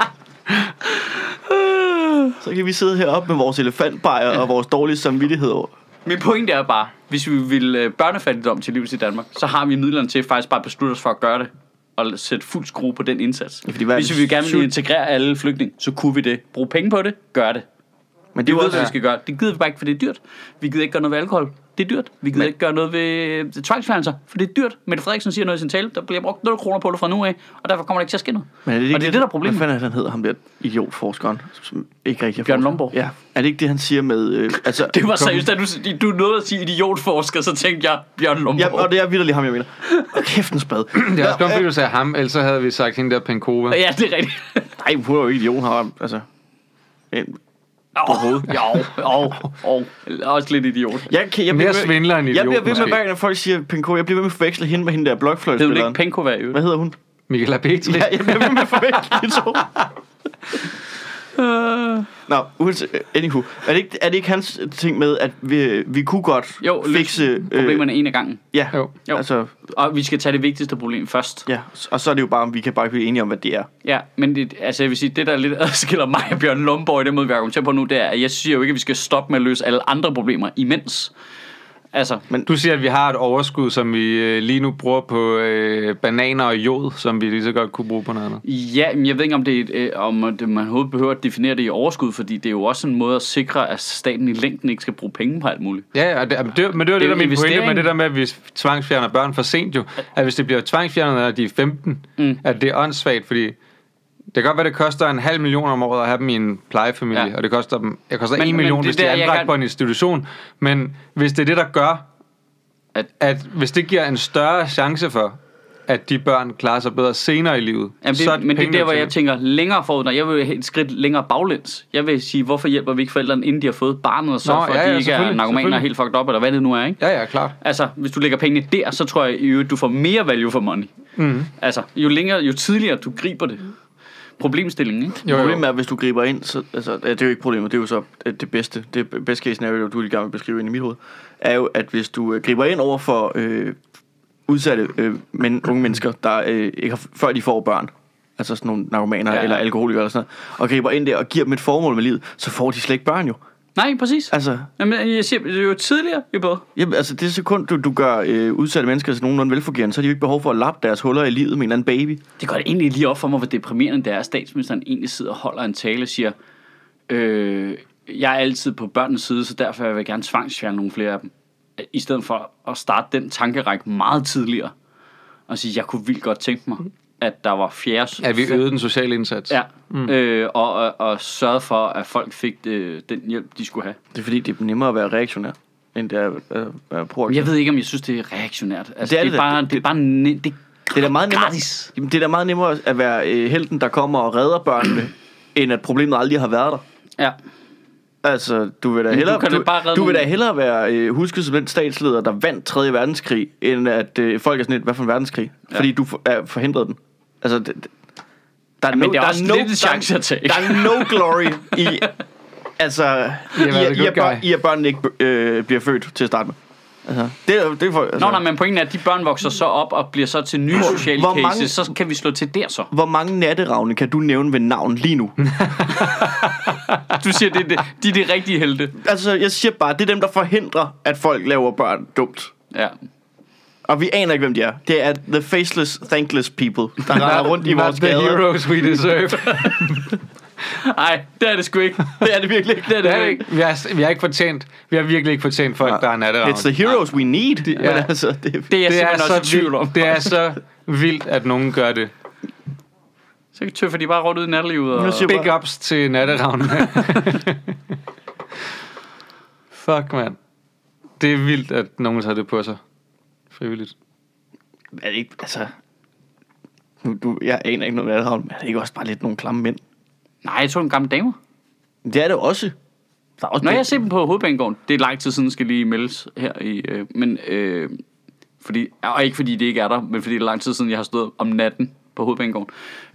[SPEAKER 3] Så kan vi sidde heroppe med vores elefantbajer og vores dårlige samvittighed over.
[SPEAKER 1] Min pointe er bare, hvis vi vil børnefattigdom til livs i Danmark, så har vi midlerne til faktisk bare beslutte os for at gøre det. Og sætte fuld skrue på den indsats. Hvis vi vil gerne vil integrere alle flygtninge, så kunne vi det. Bruge penge på det, gør det. Men det ved vi, vi skal gøre. Det gider vi bare ikke, for det er dyrt. Vi gider ikke gøre noget ved alkohol. Det er dyrt. Vi gider ikke gøre noget ved tvangsfjernelser, for det er dyrt. Mette Frederiksen siger noget i sin tale, der bliver brugt 0 kroner på det fra nu af, og derfor kommer det ikke til at ske noget.
[SPEAKER 3] Men er det ikke
[SPEAKER 1] og det er det, der er problemet.
[SPEAKER 3] Hvad fanden han hedder, ham der idiotforskeren, som ikke rigtig
[SPEAKER 1] Bjørn Lomborg.
[SPEAKER 3] Ja. Er det ikke det, han siger med... altså,
[SPEAKER 1] det var seriøst, da du nåede at sige idiotforsker, så tænkte jeg Bjørn Lomborg.
[SPEAKER 3] Ja, og det er vitterligt ham, jeg mener. Kæft en spad.
[SPEAKER 2] Det er også godt, fordi du sagde ham, ellers havde vi sagt hende der Penkova.
[SPEAKER 1] Ja, det er rigtigt.
[SPEAKER 3] Nej, hun er jo idiot, her. Altså...
[SPEAKER 1] Også lidt idiot.
[SPEAKER 3] Jeg
[SPEAKER 2] mere svindler end idiot.
[SPEAKER 3] Jeg bliver ved med, hver gang folk siger Penkova, jeg bliver ved med at forveksle hende med hende der blokfløjtspilleren.
[SPEAKER 1] Det er jo ikke Penkova, jo.
[SPEAKER 3] Hvad hedder hun?
[SPEAKER 2] Michael Apetri.
[SPEAKER 3] Ja, jeg bliver ved med at forveksle de to. Nå, anywho. Er det ikke hans ting med, at vi kunne godt fikse...
[SPEAKER 1] problemerne en af gangen.
[SPEAKER 3] Ja,
[SPEAKER 1] jo. Altså, og vi skal tage det vigtigste problem først.
[SPEAKER 3] Ja, og så er det jo bare, om vi kan bare blive enige om, hvad det er.
[SPEAKER 1] Ja, men det, altså jeg vil sige, det der lidt adskiller mig og Bjørn Lomborg i den måde, vi argumenterer på nu, det er, at jeg siger jo ikke, at vi skal stoppe med at løse alle andre problemer imens. Altså,
[SPEAKER 2] men du siger, at vi har et overskud, som vi lige nu bruger på bananer og jod, som vi lige så godt kunne bruge på noget andet.
[SPEAKER 1] Ja, men jeg ved ikke, om man overhovedet behøver at definere det i overskud, fordi det er jo også en måde at sikre, at staten i længden ikke skal bruge penge på alt muligt.
[SPEAKER 2] Ja, men det var det der min pointe med det der med, at vi tvangsfjerner børn for sent jo. At hvis det bliver tvangsfjernet, når de er 15, at det er åndssvagt, fordi... Det kan godt være, det koster 500.000 om året at have dem i en plejefamilie, og det koster 1 million, hvis de er anbragt på en institution. Men hvis det er det, der gør, at hvis det giver en større chance for, at de børn klarer sig bedre senere i livet, så er det
[SPEAKER 1] men det er der, hvor jeg tænker længere forud, når jeg vil have et skridt længere baglæns. Jeg vil sige, hvorfor hjælper vi ikke forældrene, inden de har fået barnet, og så for at de ikke er narkomaner helt fucked op, eller hvad det nu er, ikke?
[SPEAKER 2] Ja, klart.
[SPEAKER 1] Altså, hvis du lægger pengene der, så tror jeg, du får mere value for money. Altså, jo tidligere du griber det. Problemstillingen, ikke?
[SPEAKER 3] Problemet er, hvis du griber ind, så, altså, det er jo ikke problemet, det er jo så det bedste. Det best case scenario, du er i gang med at beskrive ind i mit hoved, er jo, at hvis du griber ind over for udsatte unge mennesker, der ikke har, før de får børn, altså sådan nogle narkomaner eller alkoholikere eller sådan noget, og griber ind der og giver dem et formål med livet, så får de slet ikke børn jo.
[SPEAKER 1] Nej, præcis.
[SPEAKER 3] Altså,
[SPEAKER 1] jamen, jeg siger, det er jo tidligere, jo bedre.
[SPEAKER 3] Jamen, altså det sekund, du gør udsatte mennesker til nogenlunde velfungerende, så har de jo ikke behov for at lappe deres huller i livet med en anden baby.
[SPEAKER 1] Det går egentlig lige op for mig, hvor deprimerende det er, at statsministeren egentlig sidder og holder en tale og siger, jeg er altid på børnenes side, så derfor vil jeg gerne tvangsfjerne nogle flere af dem. I stedet for at starte den tankerække meget tidligere, og sige, jeg kunne vildt godt tænke mig, at der var fjerde...
[SPEAKER 2] At vi øgede den sociale indsats.
[SPEAKER 1] Ja, og sørgede for, at folk fik den hjælp, de skulle have.
[SPEAKER 3] Det er fordi, det er nemmere at være reaktionær, end det er at være proaktiv.
[SPEAKER 1] Jeg ved ikke, om jeg synes, det er reaktionært. Altså, det er bare det er da meget
[SPEAKER 3] gratis. Det er da meget nemmere at være helten, der kommer og redder børnene, end at problemet aldrig har været der.
[SPEAKER 1] Ja.
[SPEAKER 3] Altså, du vil da hellere være husket som den statsleder, der vandt 3. verdenskrig, end at folk er sådan lidt, hvad for en verdenskrig? Ja. Fordi du forhindrede den. Altså, der er no glory i, altså, i at børnene ikke bliver født til at starte med. Altså, det for, altså.
[SPEAKER 1] Nej, men pointen er, at de børn vokser så op og bliver så til nye sociale cases, så kan vi slå til der så.
[SPEAKER 3] Hvor mange natteravne kan du nævne ved navn lige nu?
[SPEAKER 1] Du siger, de er de rigtige helte.
[SPEAKER 3] Altså, jeg siger bare, det er dem, der forhindrer, at folk laver børn dumt.
[SPEAKER 1] Ja.
[SPEAKER 3] Og vi aner ikke, hvem de er. Det er the faceless, thankless people, der render rundt i vores gader.
[SPEAKER 2] Not the heroes we deserve.
[SPEAKER 1] Nej, det er det sgu ikke.
[SPEAKER 3] Det er det virkelig ikke.
[SPEAKER 2] Det er det ikke. Vi har virkelig ikke fortjent folk, der er natteravn.
[SPEAKER 3] It's the heroes we need.
[SPEAKER 1] Det er jeg simpelthen også i tvivl om.
[SPEAKER 2] Det er så vildt, at nogen gør det.
[SPEAKER 1] Så tøffer de bare rundt ud i nattelivet. Og
[SPEAKER 2] big ups til natteravnene. Fuck, man. Det er vildt, at nogen tager det på sig. Frivilligt.
[SPEAKER 3] Er det ikke, altså... Jeg aner ikke noget, hvad det er, men er det ikke også bare lidt nogle klamme mænd?
[SPEAKER 1] Nej, jeg tror en gammel damer.
[SPEAKER 3] Det er det også. Der er også
[SPEAKER 1] når jeg ser dem på Hovedbanegården, det er lang tid siden, skal lige meldes her i... fordi, og ikke fordi det ikke er der, men fordi det er lang tid siden, jeg har stået om natten på Hovedbanegården.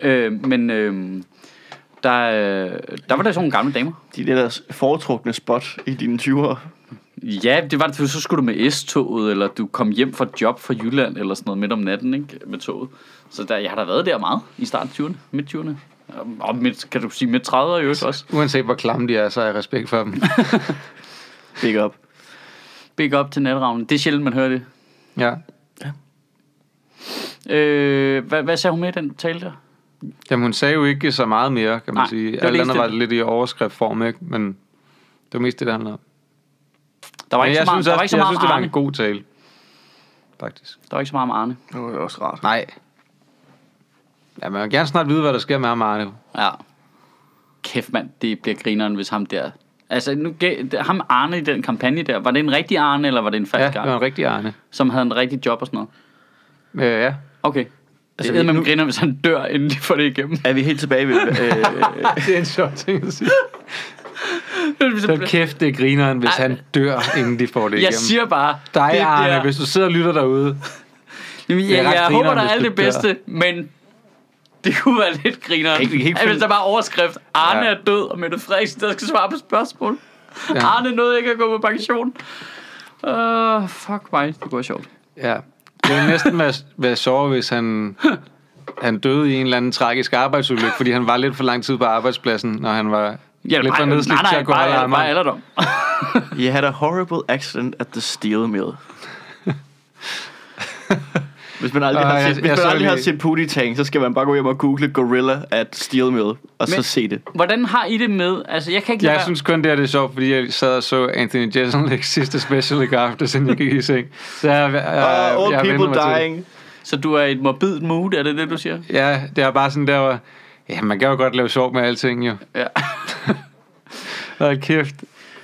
[SPEAKER 1] Der var der sådan nogle gamle damer.
[SPEAKER 3] De der foretrukne spot i dine 20'ere.
[SPEAKER 1] Ja, det var det, så skulle du med S-toget, eller du kom hjem fra job fra Jylland, eller sådan noget midt om natten, ikke, med toget. Så jeg har da været der meget i starten 20'erne, midt 20'erne. Og kan du sige midt 30'ere jo også.
[SPEAKER 2] Uanset hvor klamme de er, så har jeg respekt for dem.
[SPEAKER 3] Big up.
[SPEAKER 1] Big up til natravnen. Det er sjældent, man hører det.
[SPEAKER 2] Ja.
[SPEAKER 1] Hvad sagde hun med i den tale der?
[SPEAKER 2] Jamen hun sagde jo ikke så meget mere, kan man sige. Alt andet var lidt i overskriftform, ikke? Men det var mest det, der handlede om.
[SPEAKER 1] Der var ikke så meget,
[SPEAKER 2] jeg synes, det var en god tale. Faktisk.
[SPEAKER 1] Der var ikke så meget om Arne.
[SPEAKER 3] Det var også rart.
[SPEAKER 2] Nej. Ja, man vil gerne snart vide, hvad der sker med ham, Arne.
[SPEAKER 1] Ja. Kæft, mand. Det bliver grineren, hvis ham der... Altså, ham Arne i den kampagne der, var det en rigtig Arne, eller var det en falsk Arne?
[SPEAKER 2] Ja, det var en rigtig Arne.
[SPEAKER 1] Som havde en rigtig job og sådan noget?
[SPEAKER 2] Ja.
[SPEAKER 1] Okay. Altså, det med griner, hvis han dør, inden de får det igennem.
[SPEAKER 3] Er vi helt tilbage ved...
[SPEAKER 2] Det er en sjov ting at sige. Så kæft, det er grineren, hvis han dør, inden de får det igennem.
[SPEAKER 1] Jeg siger bare...
[SPEAKER 2] Dig, Arne, hvis du sidder og lytter derude.
[SPEAKER 1] Jamen, jeg håber, der er alt det bedste, men... Det kunne være lidt grineren. Hvis der bare overskrift, Arne er død, og Mette Frederiksen, der skal svare på spørgsmål. Ja. Arne nåede ikke at gå på pension. Fuck mig, det går sjovt.
[SPEAKER 2] Ja, det ville næsten være sjovt, hvis han døde i en eller anden tragisk arbejdsulykke, fordi han var lidt for lang tid på arbejdspladsen, når han var lidt for nedslidt til at gå holde armen.
[SPEAKER 1] Nej, alderdom.
[SPEAKER 3] You had a horrible accident at the steel mill. Hvis man aldrig har set Pootie Tang, så skal man bare gå hjem og google Gorilla at Steel Mill, og så se det.
[SPEAKER 1] Hvordan har I det med? Altså, jeg kan ikke
[SPEAKER 2] Jeg synes kun, det er sjovt, fordi jeg sad og så Anthony Jeselnik's sidste special i går aften, siden jeg gik i seng. Så
[SPEAKER 3] old people dying.
[SPEAKER 1] Så du er i et morbidt mood, er det, du siger?
[SPEAKER 2] Ja, det er bare sådan der, hvor... Ja, man kan jo godt lave sjov med alting, jo.
[SPEAKER 1] Ja.
[SPEAKER 2] Hold kæft.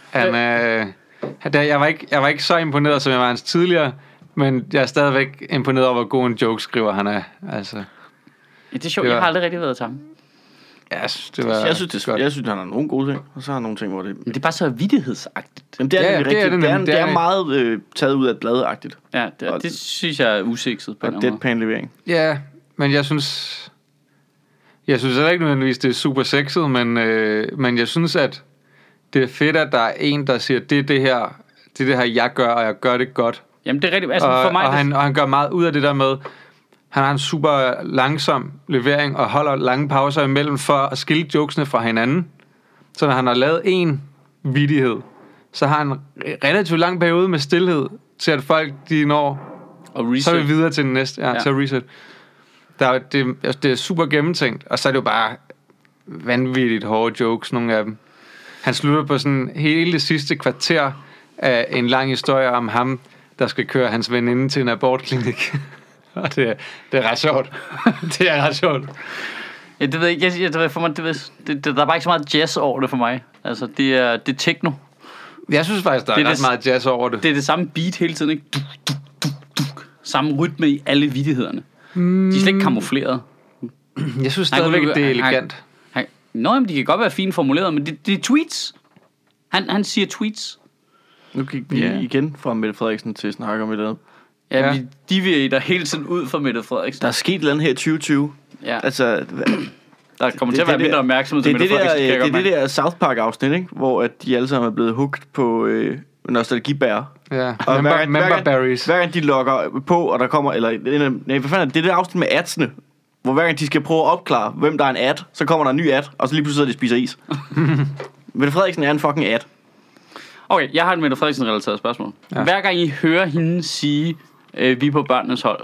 [SPEAKER 2] Jeg var ikke så imponeret, som jeg var hans tidligere, men jeg er stadigvæk imponeret over, hvor god en joke-skriver han er. Altså,
[SPEAKER 1] ja, det er sjovt, jeg har aldrig rigtig været sammen.
[SPEAKER 2] Jeg
[SPEAKER 3] synes, han har nogle gode ting, og så har han nogle ting, hvor det...
[SPEAKER 1] Men det er bare så vittighedsagtigt.
[SPEAKER 3] Jamen, det er meget taget ud af bladagtigt.
[SPEAKER 1] Ja, det synes jeg er usikset på en måde.
[SPEAKER 3] Og deadpan-levering.
[SPEAKER 2] Ja, men jeg synes heller ikke nødvendigvis, det er super sexet, men jeg synes, at det er fedt, at der er en, der siger, det er det her, jeg gør, og jeg gør det godt.
[SPEAKER 1] Jamen, det er rigtigt. Altså, for mig,
[SPEAKER 2] og han gør meget ud af det der med, han har en super langsom levering, og holder lange pauser imellem, for at skille jokesene fra hinanden. Så når han har lavet en vittighed, så har han en relativt lang periode med stillhed, til at folk, de når,
[SPEAKER 1] og reset.
[SPEAKER 2] Så er vi videre til den næste, til reset. Det er super gennemtænkt, og så er det jo bare vanvittigt hårde jokes, nogle af dem. Han slutter på sådan hele det sidste kvarter af en lang historie om ham, der skal køre hans veninde til en abortklinik. Og det er ret sjovt. Det er ret sjovt.
[SPEAKER 1] Ja, det ved jeg for mig, der er bare ikke så meget jazz over det for mig. Altså, det er techno.
[SPEAKER 2] Jeg synes faktisk, der er ret meget jazz over det.
[SPEAKER 1] Det er det samme beat hele tiden, ikke? Samme rytme i alle vittighederne. De er slet ikke kamufleret.
[SPEAKER 2] Jeg synes stadigvæk, det er elegant.
[SPEAKER 1] Nå, men de kan godt være fint formuleret, men det er tweets. Han siger tweets.
[SPEAKER 3] Nu gik vi igen fra Mette Frederiksen til at snakke om et eller andet.
[SPEAKER 1] Ja, vi dividerer hele tiden ud fra Mette Frederiksen.
[SPEAKER 3] Der er sket et eller andet her i 2020.
[SPEAKER 1] Ja.
[SPEAKER 3] Altså,
[SPEAKER 1] der kommer til at være mindre opmærksomhed til Mette Frederiksen.
[SPEAKER 3] Det er det der South Park afsnit, ikke? Hvor at de alle sammen er blevet hooked på nostalgibær.
[SPEAKER 2] Ja,
[SPEAKER 3] og hver gang de logger på, og der kommer... hvad fanden er det? Det er det afsnit med adsene. Hvor hver gang de skal prøve at opklare, hvem der er en ad, så kommer der en ny ad, og så lige pludselig sidder de og spiser is. Mette Frederiksen er en fucking ad.
[SPEAKER 1] Okay, jeg har et Mette Frederiksen-relateret spørgsmål. Ja. Hver gang I hører hende sige, vi er på børnenes hold.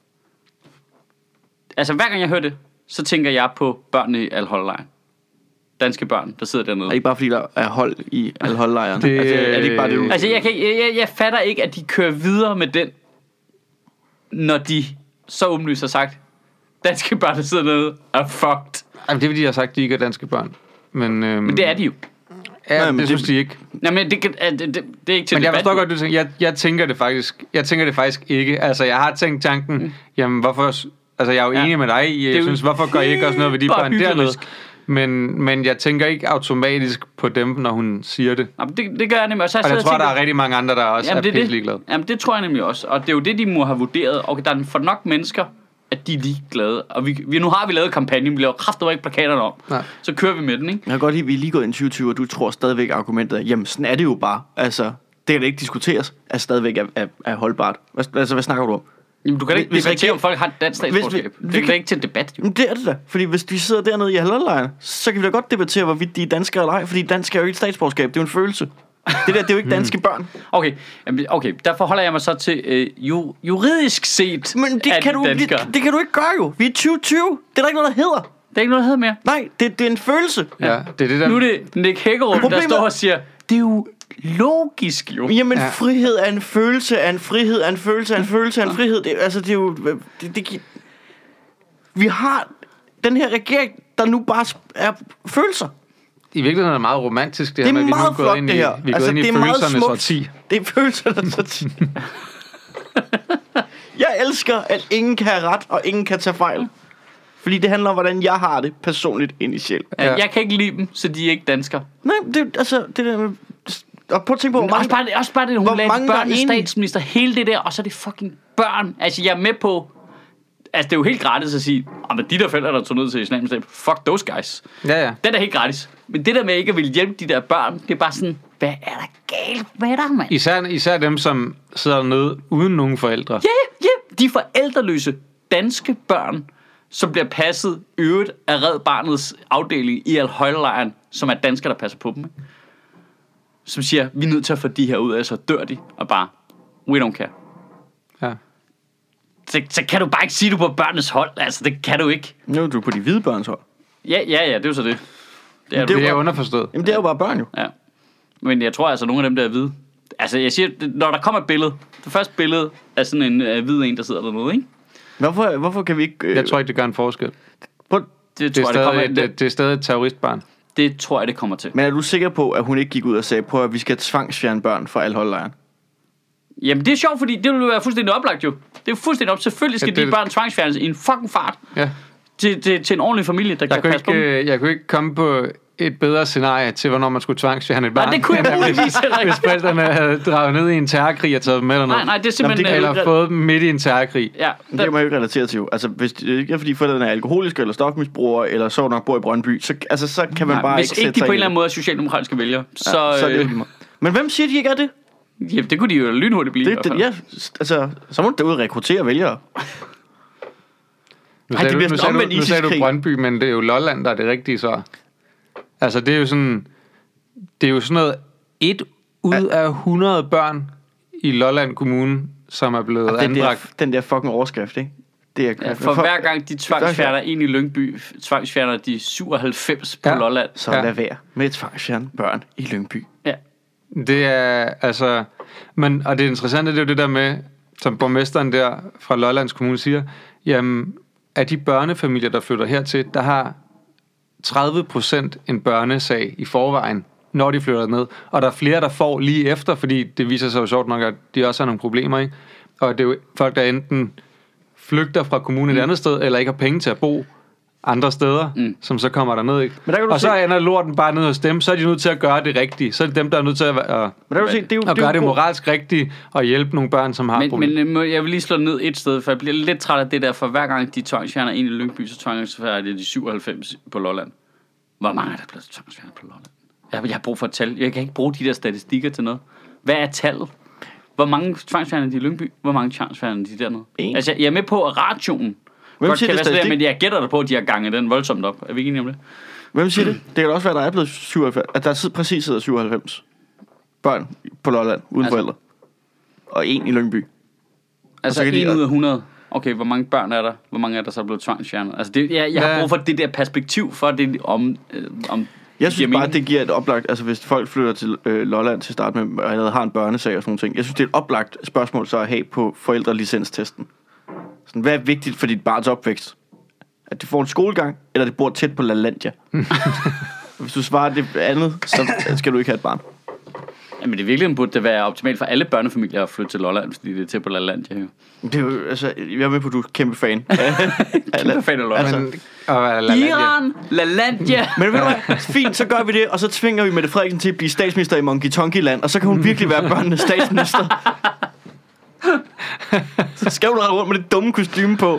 [SPEAKER 1] Altså, hver gang jeg hører det, så tænker jeg på børnene i Al-Hol-lejren. Danske børn, der sidder dernede.
[SPEAKER 3] Er det ikke bare fordi, der er hold i Al-Hol-lejren? Er det ikke bare det?
[SPEAKER 1] Altså, jeg fatter ikke, at de kører videre med den, når de så åbenlyst har sagt, danske børn, der sidder dernede, er fucked.
[SPEAKER 2] Jamen, det vil de have sagt, de ikke er danske børn. Men
[SPEAKER 1] det er de jo.
[SPEAKER 2] Ja, det synes de ikke.
[SPEAKER 1] Jamen, det er ikke til debat.
[SPEAKER 2] Men jeg forstår godt, du tænker, jeg tænker det faktisk ikke. Altså, jeg har tænkt tanken, jamen, hvorfor... Altså, jeg er jo enig med dig. Jeg synes, hvorfor gør I ikke også noget ved de børn dernede? Men jeg tænker ikke automatisk på dem, når hun siger det.
[SPEAKER 1] Jamen, det gør jeg nemlig. Og
[SPEAKER 2] jeg tror, der er rigtig mange andre, der også er pisse ligeglade.
[SPEAKER 1] Jamen, det tror jeg nemlig også. Og det er jo det, de må have vurderet. Okay, der er for nok mennesker, at de er ligeglade. Og nu har vi lavet kampagnen, vi laver kraftigt ikke plakaterne om. Nej. Så kører vi med den, ikke?
[SPEAKER 3] Jeg kan godt lide, at vi er lige gået ind i 2020, og du tror stadigvæk argumentet, jamen sådan er det jo bare. Altså, det kan det ikke diskuteres, at stadigvæk er holdbart. Hvad snakker du om?
[SPEAKER 1] Jamen, du kan ikke diskutere, om folk har et dansk statsborgerskab. Det er ikke til debat, jo.
[SPEAKER 3] Det er det da. Fordi hvis de sidder dernede i halvlejren, så kan vi da godt debattere, hvorvidt de er danskere eller ej. Fordi dansk er jo ikke et statsborgerskab, det er jo en følelse. Det er jo ikke danske børn.
[SPEAKER 1] Okay, der forholder jeg mig så til juridisk set.
[SPEAKER 3] Men det kan du ikke gøre jo. Vi er 2020. Det er der ikke noget, der hedder.
[SPEAKER 1] Det er ikke noget, der hedder mere.
[SPEAKER 3] Nej, det er en følelse.
[SPEAKER 2] Ja, det er det der.
[SPEAKER 1] Nu er det Nick Hækkerup, der står og siger, det er jo logisk jo.
[SPEAKER 3] Jamen, frihed er en følelse af en frihed af en følelse af en følelse af en frihed. Det er jo... Vi har den her regering, der nu bare er følelser.
[SPEAKER 2] I virkeligheden er det meget romantisk,
[SPEAKER 3] det her med, at vi nu er gået ind i,
[SPEAKER 2] vi er gået ind i følelsernes årti.
[SPEAKER 3] Det er følelsernes årti. Jeg elsker, at ingen kan have ret, og ingen kan tage fejl. Fordi det handler om, hvordan jeg har det personligt ind i sjæl.
[SPEAKER 1] Ja. Jeg kan ikke lide dem, så de er ikke danskere.
[SPEAKER 3] Nej, og prøv at tænke på,
[SPEAKER 1] også bare det, hun lagde børnenes statsminister, hele det der, og så er det fucking børn. Altså, jeg er med på... Altså, det er jo helt gratis at sige, men de der forældre, der tog ned til Islamisk Stat, fuck those guys.
[SPEAKER 2] Ja.
[SPEAKER 1] Den er helt gratis. Men det der med ikke at ville hjælpe de der børn, det er bare sådan, hvad er der galt med dig, mand?
[SPEAKER 2] Især dem, som sidder dernede uden nogen forældre.
[SPEAKER 1] Ja, de forældreløse danske børn, som bliver passet øvrigt af Red Barnets afdeling i Al-Hol-lejren, som er danskere, der passer på dem. Ikke? Som siger, vi er nødt til at få de her ud af, så dør de, og bare, we don't care.
[SPEAKER 2] Ja.
[SPEAKER 1] Så kan du bare ikke sige, du er på børnenes hold. Altså, det kan du ikke.
[SPEAKER 3] Nu er du på de hvide børns hold.
[SPEAKER 1] Ja, det er jo så det.
[SPEAKER 2] Det er underforstået.
[SPEAKER 3] Jamen, det er jo bare børn jo.
[SPEAKER 1] Ja. Men jeg tror altså, nogle af dem der er hvide. Altså, jeg siger, når der kommer et billede, det første billede er sådan en hvid en, der sidder dernede, ikke?
[SPEAKER 3] Hvorfor kan vi ikke...
[SPEAKER 2] Jeg tror ikke, det gør en forskel. Det er stadig et terroristbarn.
[SPEAKER 1] Det tror jeg, det kommer til.
[SPEAKER 3] Men er du sikker på, at hun ikke gik ud og sagde, på at vi skal tvangsfjerne børn fra Al-Hol-lejren?
[SPEAKER 1] Jamen, det er sjovt, fordi det vil være fuldstændig oplagt jo. Det er jo fuldstændig op. Selvfølgelig skal de børn tvangsfjernes i en fucking fart.
[SPEAKER 2] Ja.
[SPEAKER 1] Til en ordentlig familie, der kan passe på dem. Jeg
[SPEAKER 2] kunne ikke komme på et bedre scenarie til, hvornår man skulle tvangsfjerne et barn.
[SPEAKER 1] Nej, det kunne jeg muligvis heller ikke.
[SPEAKER 2] Hvis forældrene havde draget ned i en terrorkrig og taget dem med derned.
[SPEAKER 1] Nej, det er simpelthen...
[SPEAKER 2] Eller fået dem midt i en terrorkrig.
[SPEAKER 3] Ja, det kan man jo ikke relatere til jo. Altså, hvis det ikke er, fordi forældrene er alkoholiske, eller stofmisbrugere, eller så nok bor i Brøndby, så kan man bare ikke sætte sig.
[SPEAKER 1] Hvis ikke de på en eller anden måde er socialdemokratiske vælgere, så
[SPEAKER 3] er det jo. Men hvem siger, de ikke er det?
[SPEAKER 1] Ja, det kunne de jo lynhurtigt blive.
[SPEAKER 3] Ja, altså, så må du derude rekruttere vælgere.
[SPEAKER 2] Nu sagde du Brøndby, men det er jo Lolland, der er det rigtige så. Altså, det er jo sådan noget 1 ud af 100 børn i Lolland Kommune, som er blevet anbragt.
[SPEAKER 3] Den der fucking overskrift, ikke? Det er,
[SPEAKER 1] for hver gang de tvangsfjerner en i Lyngby, tvangsfjerner de 97 på Lolland.
[SPEAKER 3] Så lad være med tvangsfjerne børn i Lyngby.
[SPEAKER 1] Ja.
[SPEAKER 2] Det er, altså... og det interessante, det er jo det der med, som borgmesteren der fra Lollands Kommune siger, jamen, af de børnefamilier, der flytter hertil, der har 30% en børnesag i forvejen, når de flytter ned. Og der er flere, der får lige efter, fordi det viser sig jo sjovt nok, at de også har nogle problemer, ikke? Og det er jo folk, der enten flygter fra kommunen et andet sted, eller ikke har penge til at bo andre steder, som så kommer derned, ikke? Og så ender lorten bare ned hos dem, så er de nødt til at gøre det rigtigt. Så er det dem, der er nødt til at gøre det moralsk rigtigt, og hjælpe nogle børn, som har problemer.
[SPEAKER 1] Men jeg vil lige slå ned et sted, for jeg bliver lidt træt af det der, for hver gang de tvangsfjerner en i Lyngby, så tvangsfjerner det de 97 på Lolland. Hvor mange er der blevet tvangsfjernet på Lolland? Jeg har brug for et tal. Jeg kan ikke bruge de der statistikker til noget. Hvad er tallet? Hvor mange tvangsfjerner de i Lyngby? Hvor mange tvangsfjerner de dernede? Altså, jeg er med på rationen. Hvem siger det statistik? Men jeg gætter dig på, at de har ganget den voldsomt op. Er vi ikke enige om det?
[SPEAKER 3] Hvem siger det? Det kan også være, at der er blevet 97. At der præcis sidder 97 børn på Lolland uden forældre. Og en i Lyngby.
[SPEAKER 1] Altså 1 ud af 100. Okay, hvor mange børn er der? Hvor mange er der så blevet tvangsfjernet? Altså det, jeg har brug for det der perspektiv for det om
[SPEAKER 3] jeg synes bare, det giver et oplagt... Altså, hvis folk flytter til Lolland til start med, og allerede har en børnesag og sådan nogle ting. Jeg synes, det er et oplagt spørgsmål så at have på forældrelicenstesten. Sådan, hvad er vigtigt for dit barns opvækst? At det får en skolegang, eller det bor tæt på LaLandia? Hvis du svarer det andet, så skal du ikke have et barn.
[SPEAKER 1] Jamen det virkelig burde det være optimalt for alle børnefamilier at flytte til Lolland, fordi det er til på Lalandia.
[SPEAKER 3] Det er jo, altså, jeg er med på, at du er kæmpe fan.
[SPEAKER 1] Kæmpe fan af Lolland. Iran, Lalandia.
[SPEAKER 3] Men ved du hvad, fint, så gør vi det, og så tvinger vi Mette Frederiksen til at blive statsminister i Monkey Tonky Land, og så kan hun virkelig være børnenes statsminister. Så skal hun rette rundt med det dumme kostyme på.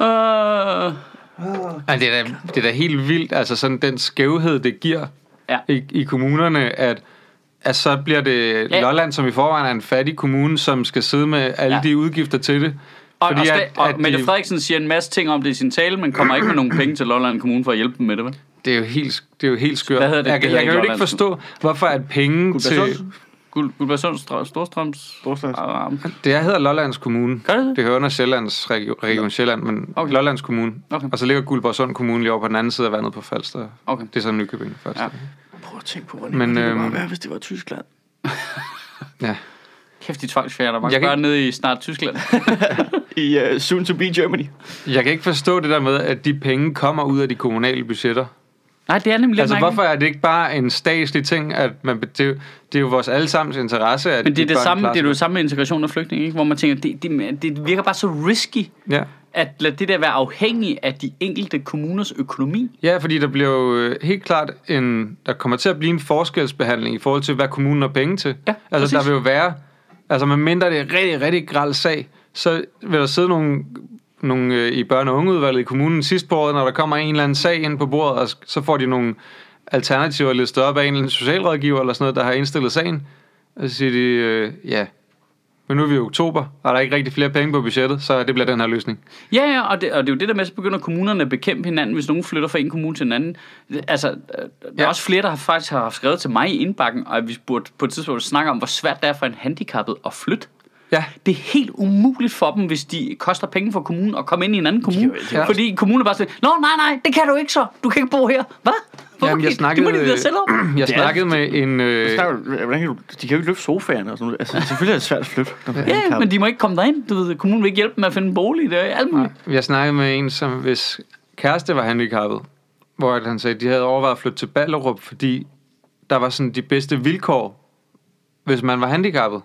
[SPEAKER 2] Det er da helt vildt, altså sådan den skævhed, det giver i kommunerne, at så bliver det Lolland, som i forvejen er en fattig kommune, som skal sidde med alle de udgifter til det.
[SPEAKER 1] Og Mette Frederiksen siger en masse ting om det i sin tale, men kommer ikke med nogen penge til Lolland Kommune for at hjælpe dem med det, vel?
[SPEAKER 2] Det er jo helt skørt. Jeg kan jo ikke forstå, hvorfor at penge til...
[SPEAKER 1] Guldborgsund Storstrøms.
[SPEAKER 2] Det hedder Lollands Kommune. Det hører under Sjællands Region Sjælland, men Lollands Kommune. Okay. Og så ligger Guldborgsund Kommune lige over på den anden side af vandet på Falster. Okay. Det er så Nykøbing først. Ja.
[SPEAKER 3] Prøv at tænke på, hvordan det ville være, hvis det var Tyskland.
[SPEAKER 1] Ja. Kæft, de tvangsfjerder. Man kan gøre nede i snart Tyskland.
[SPEAKER 3] I soon to be Germany.
[SPEAKER 2] Jeg kan ikke forstå det der med, at de penge kommer ud af de kommunale budgetter.
[SPEAKER 1] Nej, det er nemlig lidt
[SPEAKER 2] hvorfor er det ikke bare en statslig ting, at det er jo vores allesammens interesse, at
[SPEAKER 1] men det er det samme, det er jo samme med integration af flygtninge, ikke? Hvor man tænker, det virker bare så risky, at lade det der være afhængig af de enkelte kommuners økonomi.
[SPEAKER 2] Ja, fordi der bliver jo helt klart der kommer til at blive en forskelsbehandling i forhold til, hvad kommunen har penge til. Ja, altså, præcis. Der vil jo være, altså medmindre det er en rigtig, rigtig græld sag, så vil der sidde nogle i børne- og ungeudvalget i kommunen sidst på året, når der kommer en eller anden sag ind på bordet, og så får de nogle alternativer lidt større bag en eller anden socialrådgiver eller sådan noget, der har indstillet sagen. Og så siger de, men nu er vi i oktober, og der er ikke rigtig flere penge på budgettet, så det bliver den her løsning.
[SPEAKER 1] Ja, og det er jo det der med, så begynder kommunerne at bekæmpe hinanden, hvis nogen flytter fra en kommune til en anden. Altså, der er også flere, der faktisk har skrevet til mig i indbakken, og vi burde på et tidspunkt snakke om, hvor svært det er for en handicappet at flytte. Ja. Det er helt umuligt for dem, hvis de koster penge for kommunen at komme ind i en anden kommune. Fordi kommunen bare siger, nej, det kan du ikke så. Du kan ikke bo her. Hvad?
[SPEAKER 2] Jamen, jeg snakkede med en...
[SPEAKER 3] De kan jo ikke løfte sofaerne og sådan noget. Altså, selvfølgelig er det svært at flytte.
[SPEAKER 1] Ja, men de må ikke komme derind. Du ved, kommunen vil ikke hjælpe dem med at finde en bolig. Det er alt muligt.
[SPEAKER 2] Jeg snakkede med en, som hvis kæreste var handicappet, hvor han sagde, at de havde overvejet at flytte til Ballerup, fordi der var sådan de bedste vilkår, hvis man var handicappet.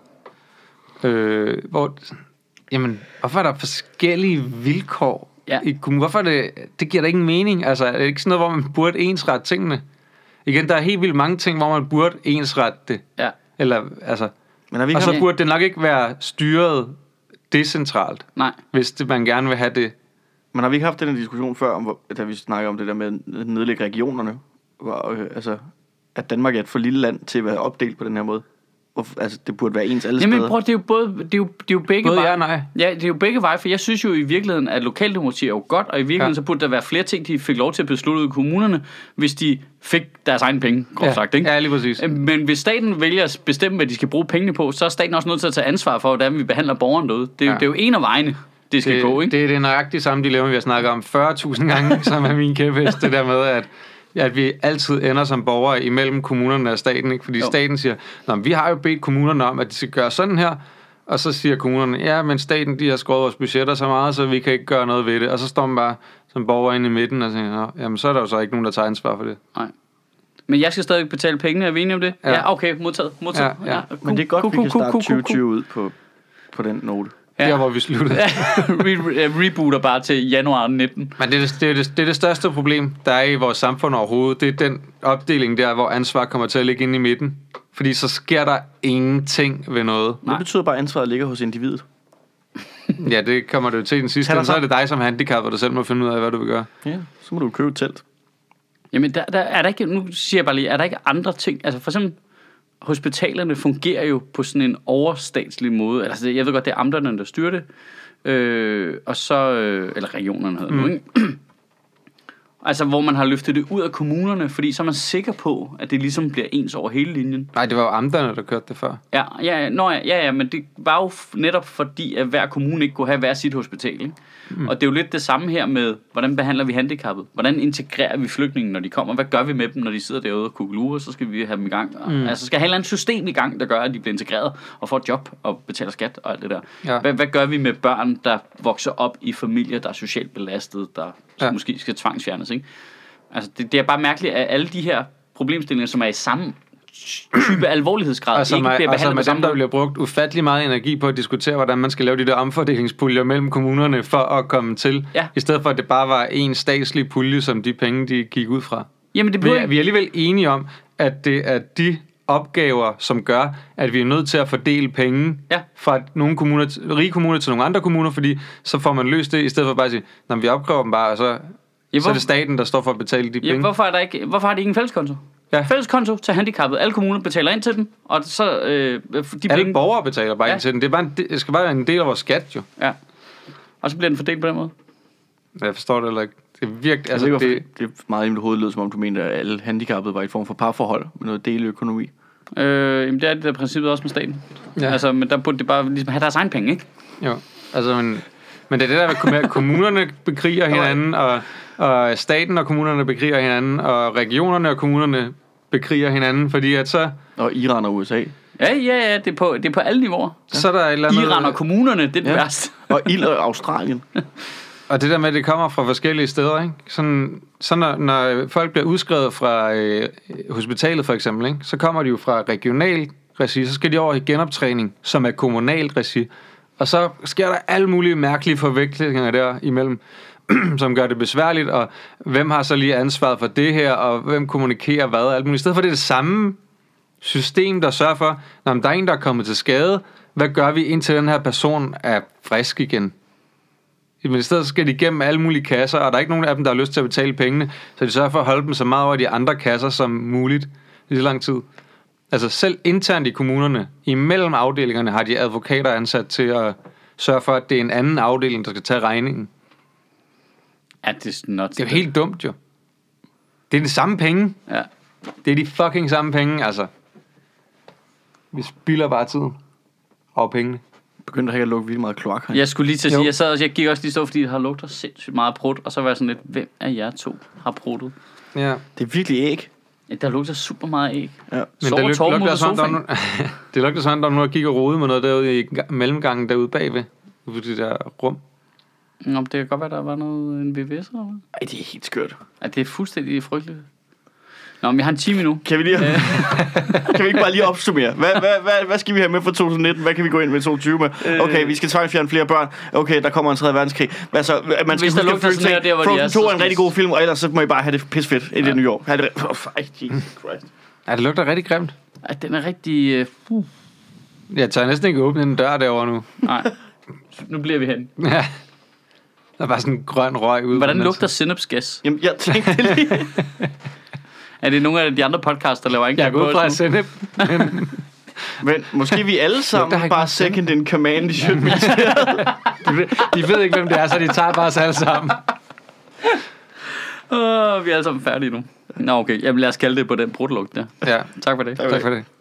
[SPEAKER 2] Hvorfor er der forskellige vilkår i kommunen? Hvorfor er det giver da ingen mening. Altså, er det ikke sådan noget, hvor man burde ensrette tingene? Igen, der er helt vildt mange ting, hvor man burde ensrette det. Ja. Eller, altså, og så burde det nok ikke være styret decentralt. Nej. Hvis man gerne vil have det.
[SPEAKER 3] Men har vi ikke haft den diskussion før, da vi snakker om det der med at nedlægge regionerne? Hvor, at Danmark er et for lille land til at være opdelt på den her måde? Altså, det burde være ens alle steder.
[SPEAKER 1] Jamen, prøv, det er jo begge veje.
[SPEAKER 2] Nej.
[SPEAKER 1] Ja, det er jo begge veje, for jeg synes jo i virkeligheden, at lokaldemokrati er jo godt, og i virkeligheden så burde der være flere ting, de fik lov til at beslutte ud i kommunerne, hvis de fik deres egne penge, groft sagt, ikke?
[SPEAKER 2] Ja, lige præcis.
[SPEAKER 1] Men hvis staten vælger at bestemme, hvad de skal bruge pengene på, så er staten også nødt til at tage ansvar for, hvordan vi behandler borgeren derude. Det er jo en af vejene, det skal gå, ikke?
[SPEAKER 2] Det er nøjagtigt samme dilemma, vi har snakket om 40.000 gange, som er min kæphest, det der med, at vi altid ender som borgere imellem kommunerne og staten, ikke? Fordi staten siger, vi har jo bedt kommunerne om, at de skal gøre sådan her, og så siger kommunerne, ja, men staten, de har skåret vores budgetter så meget, så vi kan ikke gøre noget ved det. Og så står man bare som borger inde i midten og siger, jamen så er der jo så ikke nogen, der tager ansvar for det.
[SPEAKER 1] Nej. Men jeg skal stadig betale pengene, er vi enige om det? Ja, okay, modtaget.
[SPEAKER 3] Ja. Men det er godt, vi kan starte 2020 ud på den note.
[SPEAKER 2] Ja. Der hvor vi sluttede.
[SPEAKER 1] Rebooter bare til januar 19.
[SPEAKER 2] Men det er det største problem, der er i vores samfund overhovedet. Det er den opdeling der, hvor ansvar kommer til at ligge inde i midten. Fordi så sker der ingenting ved noget.
[SPEAKER 3] Det betyder bare, at ansvaret ligger hos individet.
[SPEAKER 2] Ja, det kommer det jo til den sidste. Så er det dig som handicap, der selv må finde ud af, hvad du vil gøre.
[SPEAKER 3] Ja, så må du købe et telt.
[SPEAKER 1] Jamen, der er der ikke, nu siger jeg bare lige, er der ikke andre ting? Altså for eksempel, hospitalerne fungerer jo på sådan en overstatslig måde. Altså, jeg ved godt, det er amterne, der styrer det. Og så... eller regionerne hedder nu, ikke? Altså, hvor man har løftet det ud af kommunerne, fordi så er man sikker på, at det ligesom bliver ens over hele linjen.
[SPEAKER 2] Nej, det var jo amterne, der kørte det før.
[SPEAKER 1] Ja, men det var jo netop fordi, at hver kommune ikke kunne have hver sit hospital, ikke? Og det er jo lidt det samme her med, hvordan behandler vi handicappede? Hvordan integrerer vi flygtninge, når de kommer? Hvad gør vi med dem, når de sidder derude og kugelurer? Så skal vi have dem i gang. Altså, skal have et eller andet system i gang, der gør, at de bliver integreret og får et job og betaler skat og alt det der. Ja. Hvad gør vi med børn, der vokser op i familier, der er socialt belastede, der måske skal tvangsfjernes, ikke? Altså, det er bare mærkeligt, at alle de her problemstillinger, som er i samme type alvorlighedsgrad.
[SPEAKER 2] Og som er dem, der bliver brugt ufattelig meget energi på at diskutere, hvordan man skal lave de der omfordelingspuljer mellem kommunerne for at komme til, i stedet for at det bare var en statslig pulje, som de penge, de gik ud fra.
[SPEAKER 1] Jamen,
[SPEAKER 2] vi er alligevel enige om, at det er de opgaver, som gør, at vi er nødt til at fordele penge fra nogle kommuner, rige kommuner til nogle andre kommuner, fordi så får man løst det, i stedet for bare at sige, når vi opkræver dem bare, og så er det staten, der står for at betale de penge.
[SPEAKER 1] Hvorfor har de ikke en fælleskonto? Ja. Fælleskonto til handicappede. Alle kommuner betaler ind til den, og så de penge...
[SPEAKER 2] Alle borgere betaler bare ind til den. Det skal bare være en del af vores skat, jo.
[SPEAKER 1] Ja. Og så bliver den fordelt på den måde.
[SPEAKER 2] Jeg forstår det heller ikke. Det er virkelig...
[SPEAKER 3] Altså, det er meget i mit hoved, som om du mener, at alle handicappede var i form for parforhold med noget deleøkonomi.
[SPEAKER 1] Jamen, det er det der princippet også med staten. Ja. Altså, men der burde det bare ligesom have deres egen penge, ikke?
[SPEAKER 2] Jo. Altså, men det er det der, at kommunerne bekriger hinanden, og staten og kommunerne bekriger hinanden, og regionerne og kommunerne bekriger hinanden, fordi at så...
[SPEAKER 3] Og Iran og USA.
[SPEAKER 1] Ja, det er på alle niveauer. Ja.
[SPEAKER 2] Så er der et eller andet...
[SPEAKER 1] Iran og kommunerne, det er det værste.
[SPEAKER 3] Og Australien.
[SPEAKER 2] Og det der med, at det kommer fra forskellige steder, ikke? Så når folk bliver udskrevet fra hospitalet for eksempel, ikke? Så kommer de jo fra regional regi, så skal de over i genoptræning, som er kommunalt regi. Og så sker der alle mulige mærkelige forvekslinger der imellem, som gør det besværligt, og hvem har så lige ansvaret for det her, og hvem kommunikerer hvad, alt muligt. I stedet for det er det samme system, der sørger for, når der er en, der er kommet til skade, hvad gør vi indtil den her person er frisk igen? Men i stedet skal de igennem alle mulige kasser, og der er ikke nogen af dem, der har lyst til at betale pengene, så de sørger for at holde dem så meget over de andre kasser som muligt i så lang tid. Altså selv internt i kommunerne, imellem afdelingerne, har de advokater ansat til at sørge for, at det er en anden afdeling, der skal tage regningen.
[SPEAKER 1] Det er
[SPEAKER 2] jo helt dumt, jo. Det er de samme penge.
[SPEAKER 1] Ja.
[SPEAKER 2] Det er de fucking samme penge, altså. Vi spilder bare tiden over pengene.
[SPEAKER 3] Begyndte at lukke vildt meget kloak her.
[SPEAKER 1] Jeg skulle lige til at sige, jeg gik også lige stå, fordi det har lugter sindssygt meget prut, og så var jeg sådan lidt, hvem af jer to har pruttet?
[SPEAKER 3] Ja. Det er virkelig æg.
[SPEAKER 1] Ja, der lugter super meget æg.
[SPEAKER 3] Ja.
[SPEAKER 2] Men det lugter sådan, det lugter sådan, der nu kigger rode med noget derude i mellemgangen derude bagved, på det der rum.
[SPEAKER 1] Nå, det kan godt være, der var en VVS eller hvad?
[SPEAKER 3] Ej, det er helt skørt.
[SPEAKER 1] Ja, det er fuldstændig frygteligt. Nå, men jeg har en time nu.
[SPEAKER 3] Kan vi ikke bare lige opsummere? Hvad skal vi have med for 2019? Hvad kan vi gå ind med 2020 med? Okay, vi skal tvangfjerne flere børn. Okay, der kommer en 3. verdenskrig. Altså, man skal huske at følge ting. Frozen 2 er en rigtig god film, og ellers så må I bare have det pisfedt i det New York. Jesus Christ.
[SPEAKER 2] Ja, det lugter rigtig grimt.
[SPEAKER 1] Ja, den er rigtig...
[SPEAKER 2] Jeg tør næsten ikke åbne en dør derovre nu.
[SPEAKER 1] Nej, nu bliver vi hen.
[SPEAKER 2] Ja. Der er bare sådan en grøn røg ud.
[SPEAKER 1] Hvordan lugter sennepsgas?
[SPEAKER 3] Jamen, jeg tænkte lige...
[SPEAKER 1] Er det nogle af de andre podcasts, der laver ikke?
[SPEAKER 2] Jeg går ud fra sennep.
[SPEAKER 3] Men måske vi alle sammen bare second in command i Sjøtministeriet.
[SPEAKER 2] De ved ikke, hvem det er, så de tager bare os alle sammen.
[SPEAKER 1] Vi er alle sammen færdige nu. Nå, okay. Jamen, lad os kalde det på den brudlugt der.
[SPEAKER 2] Ja.
[SPEAKER 1] Tak for det.
[SPEAKER 2] Tak for det.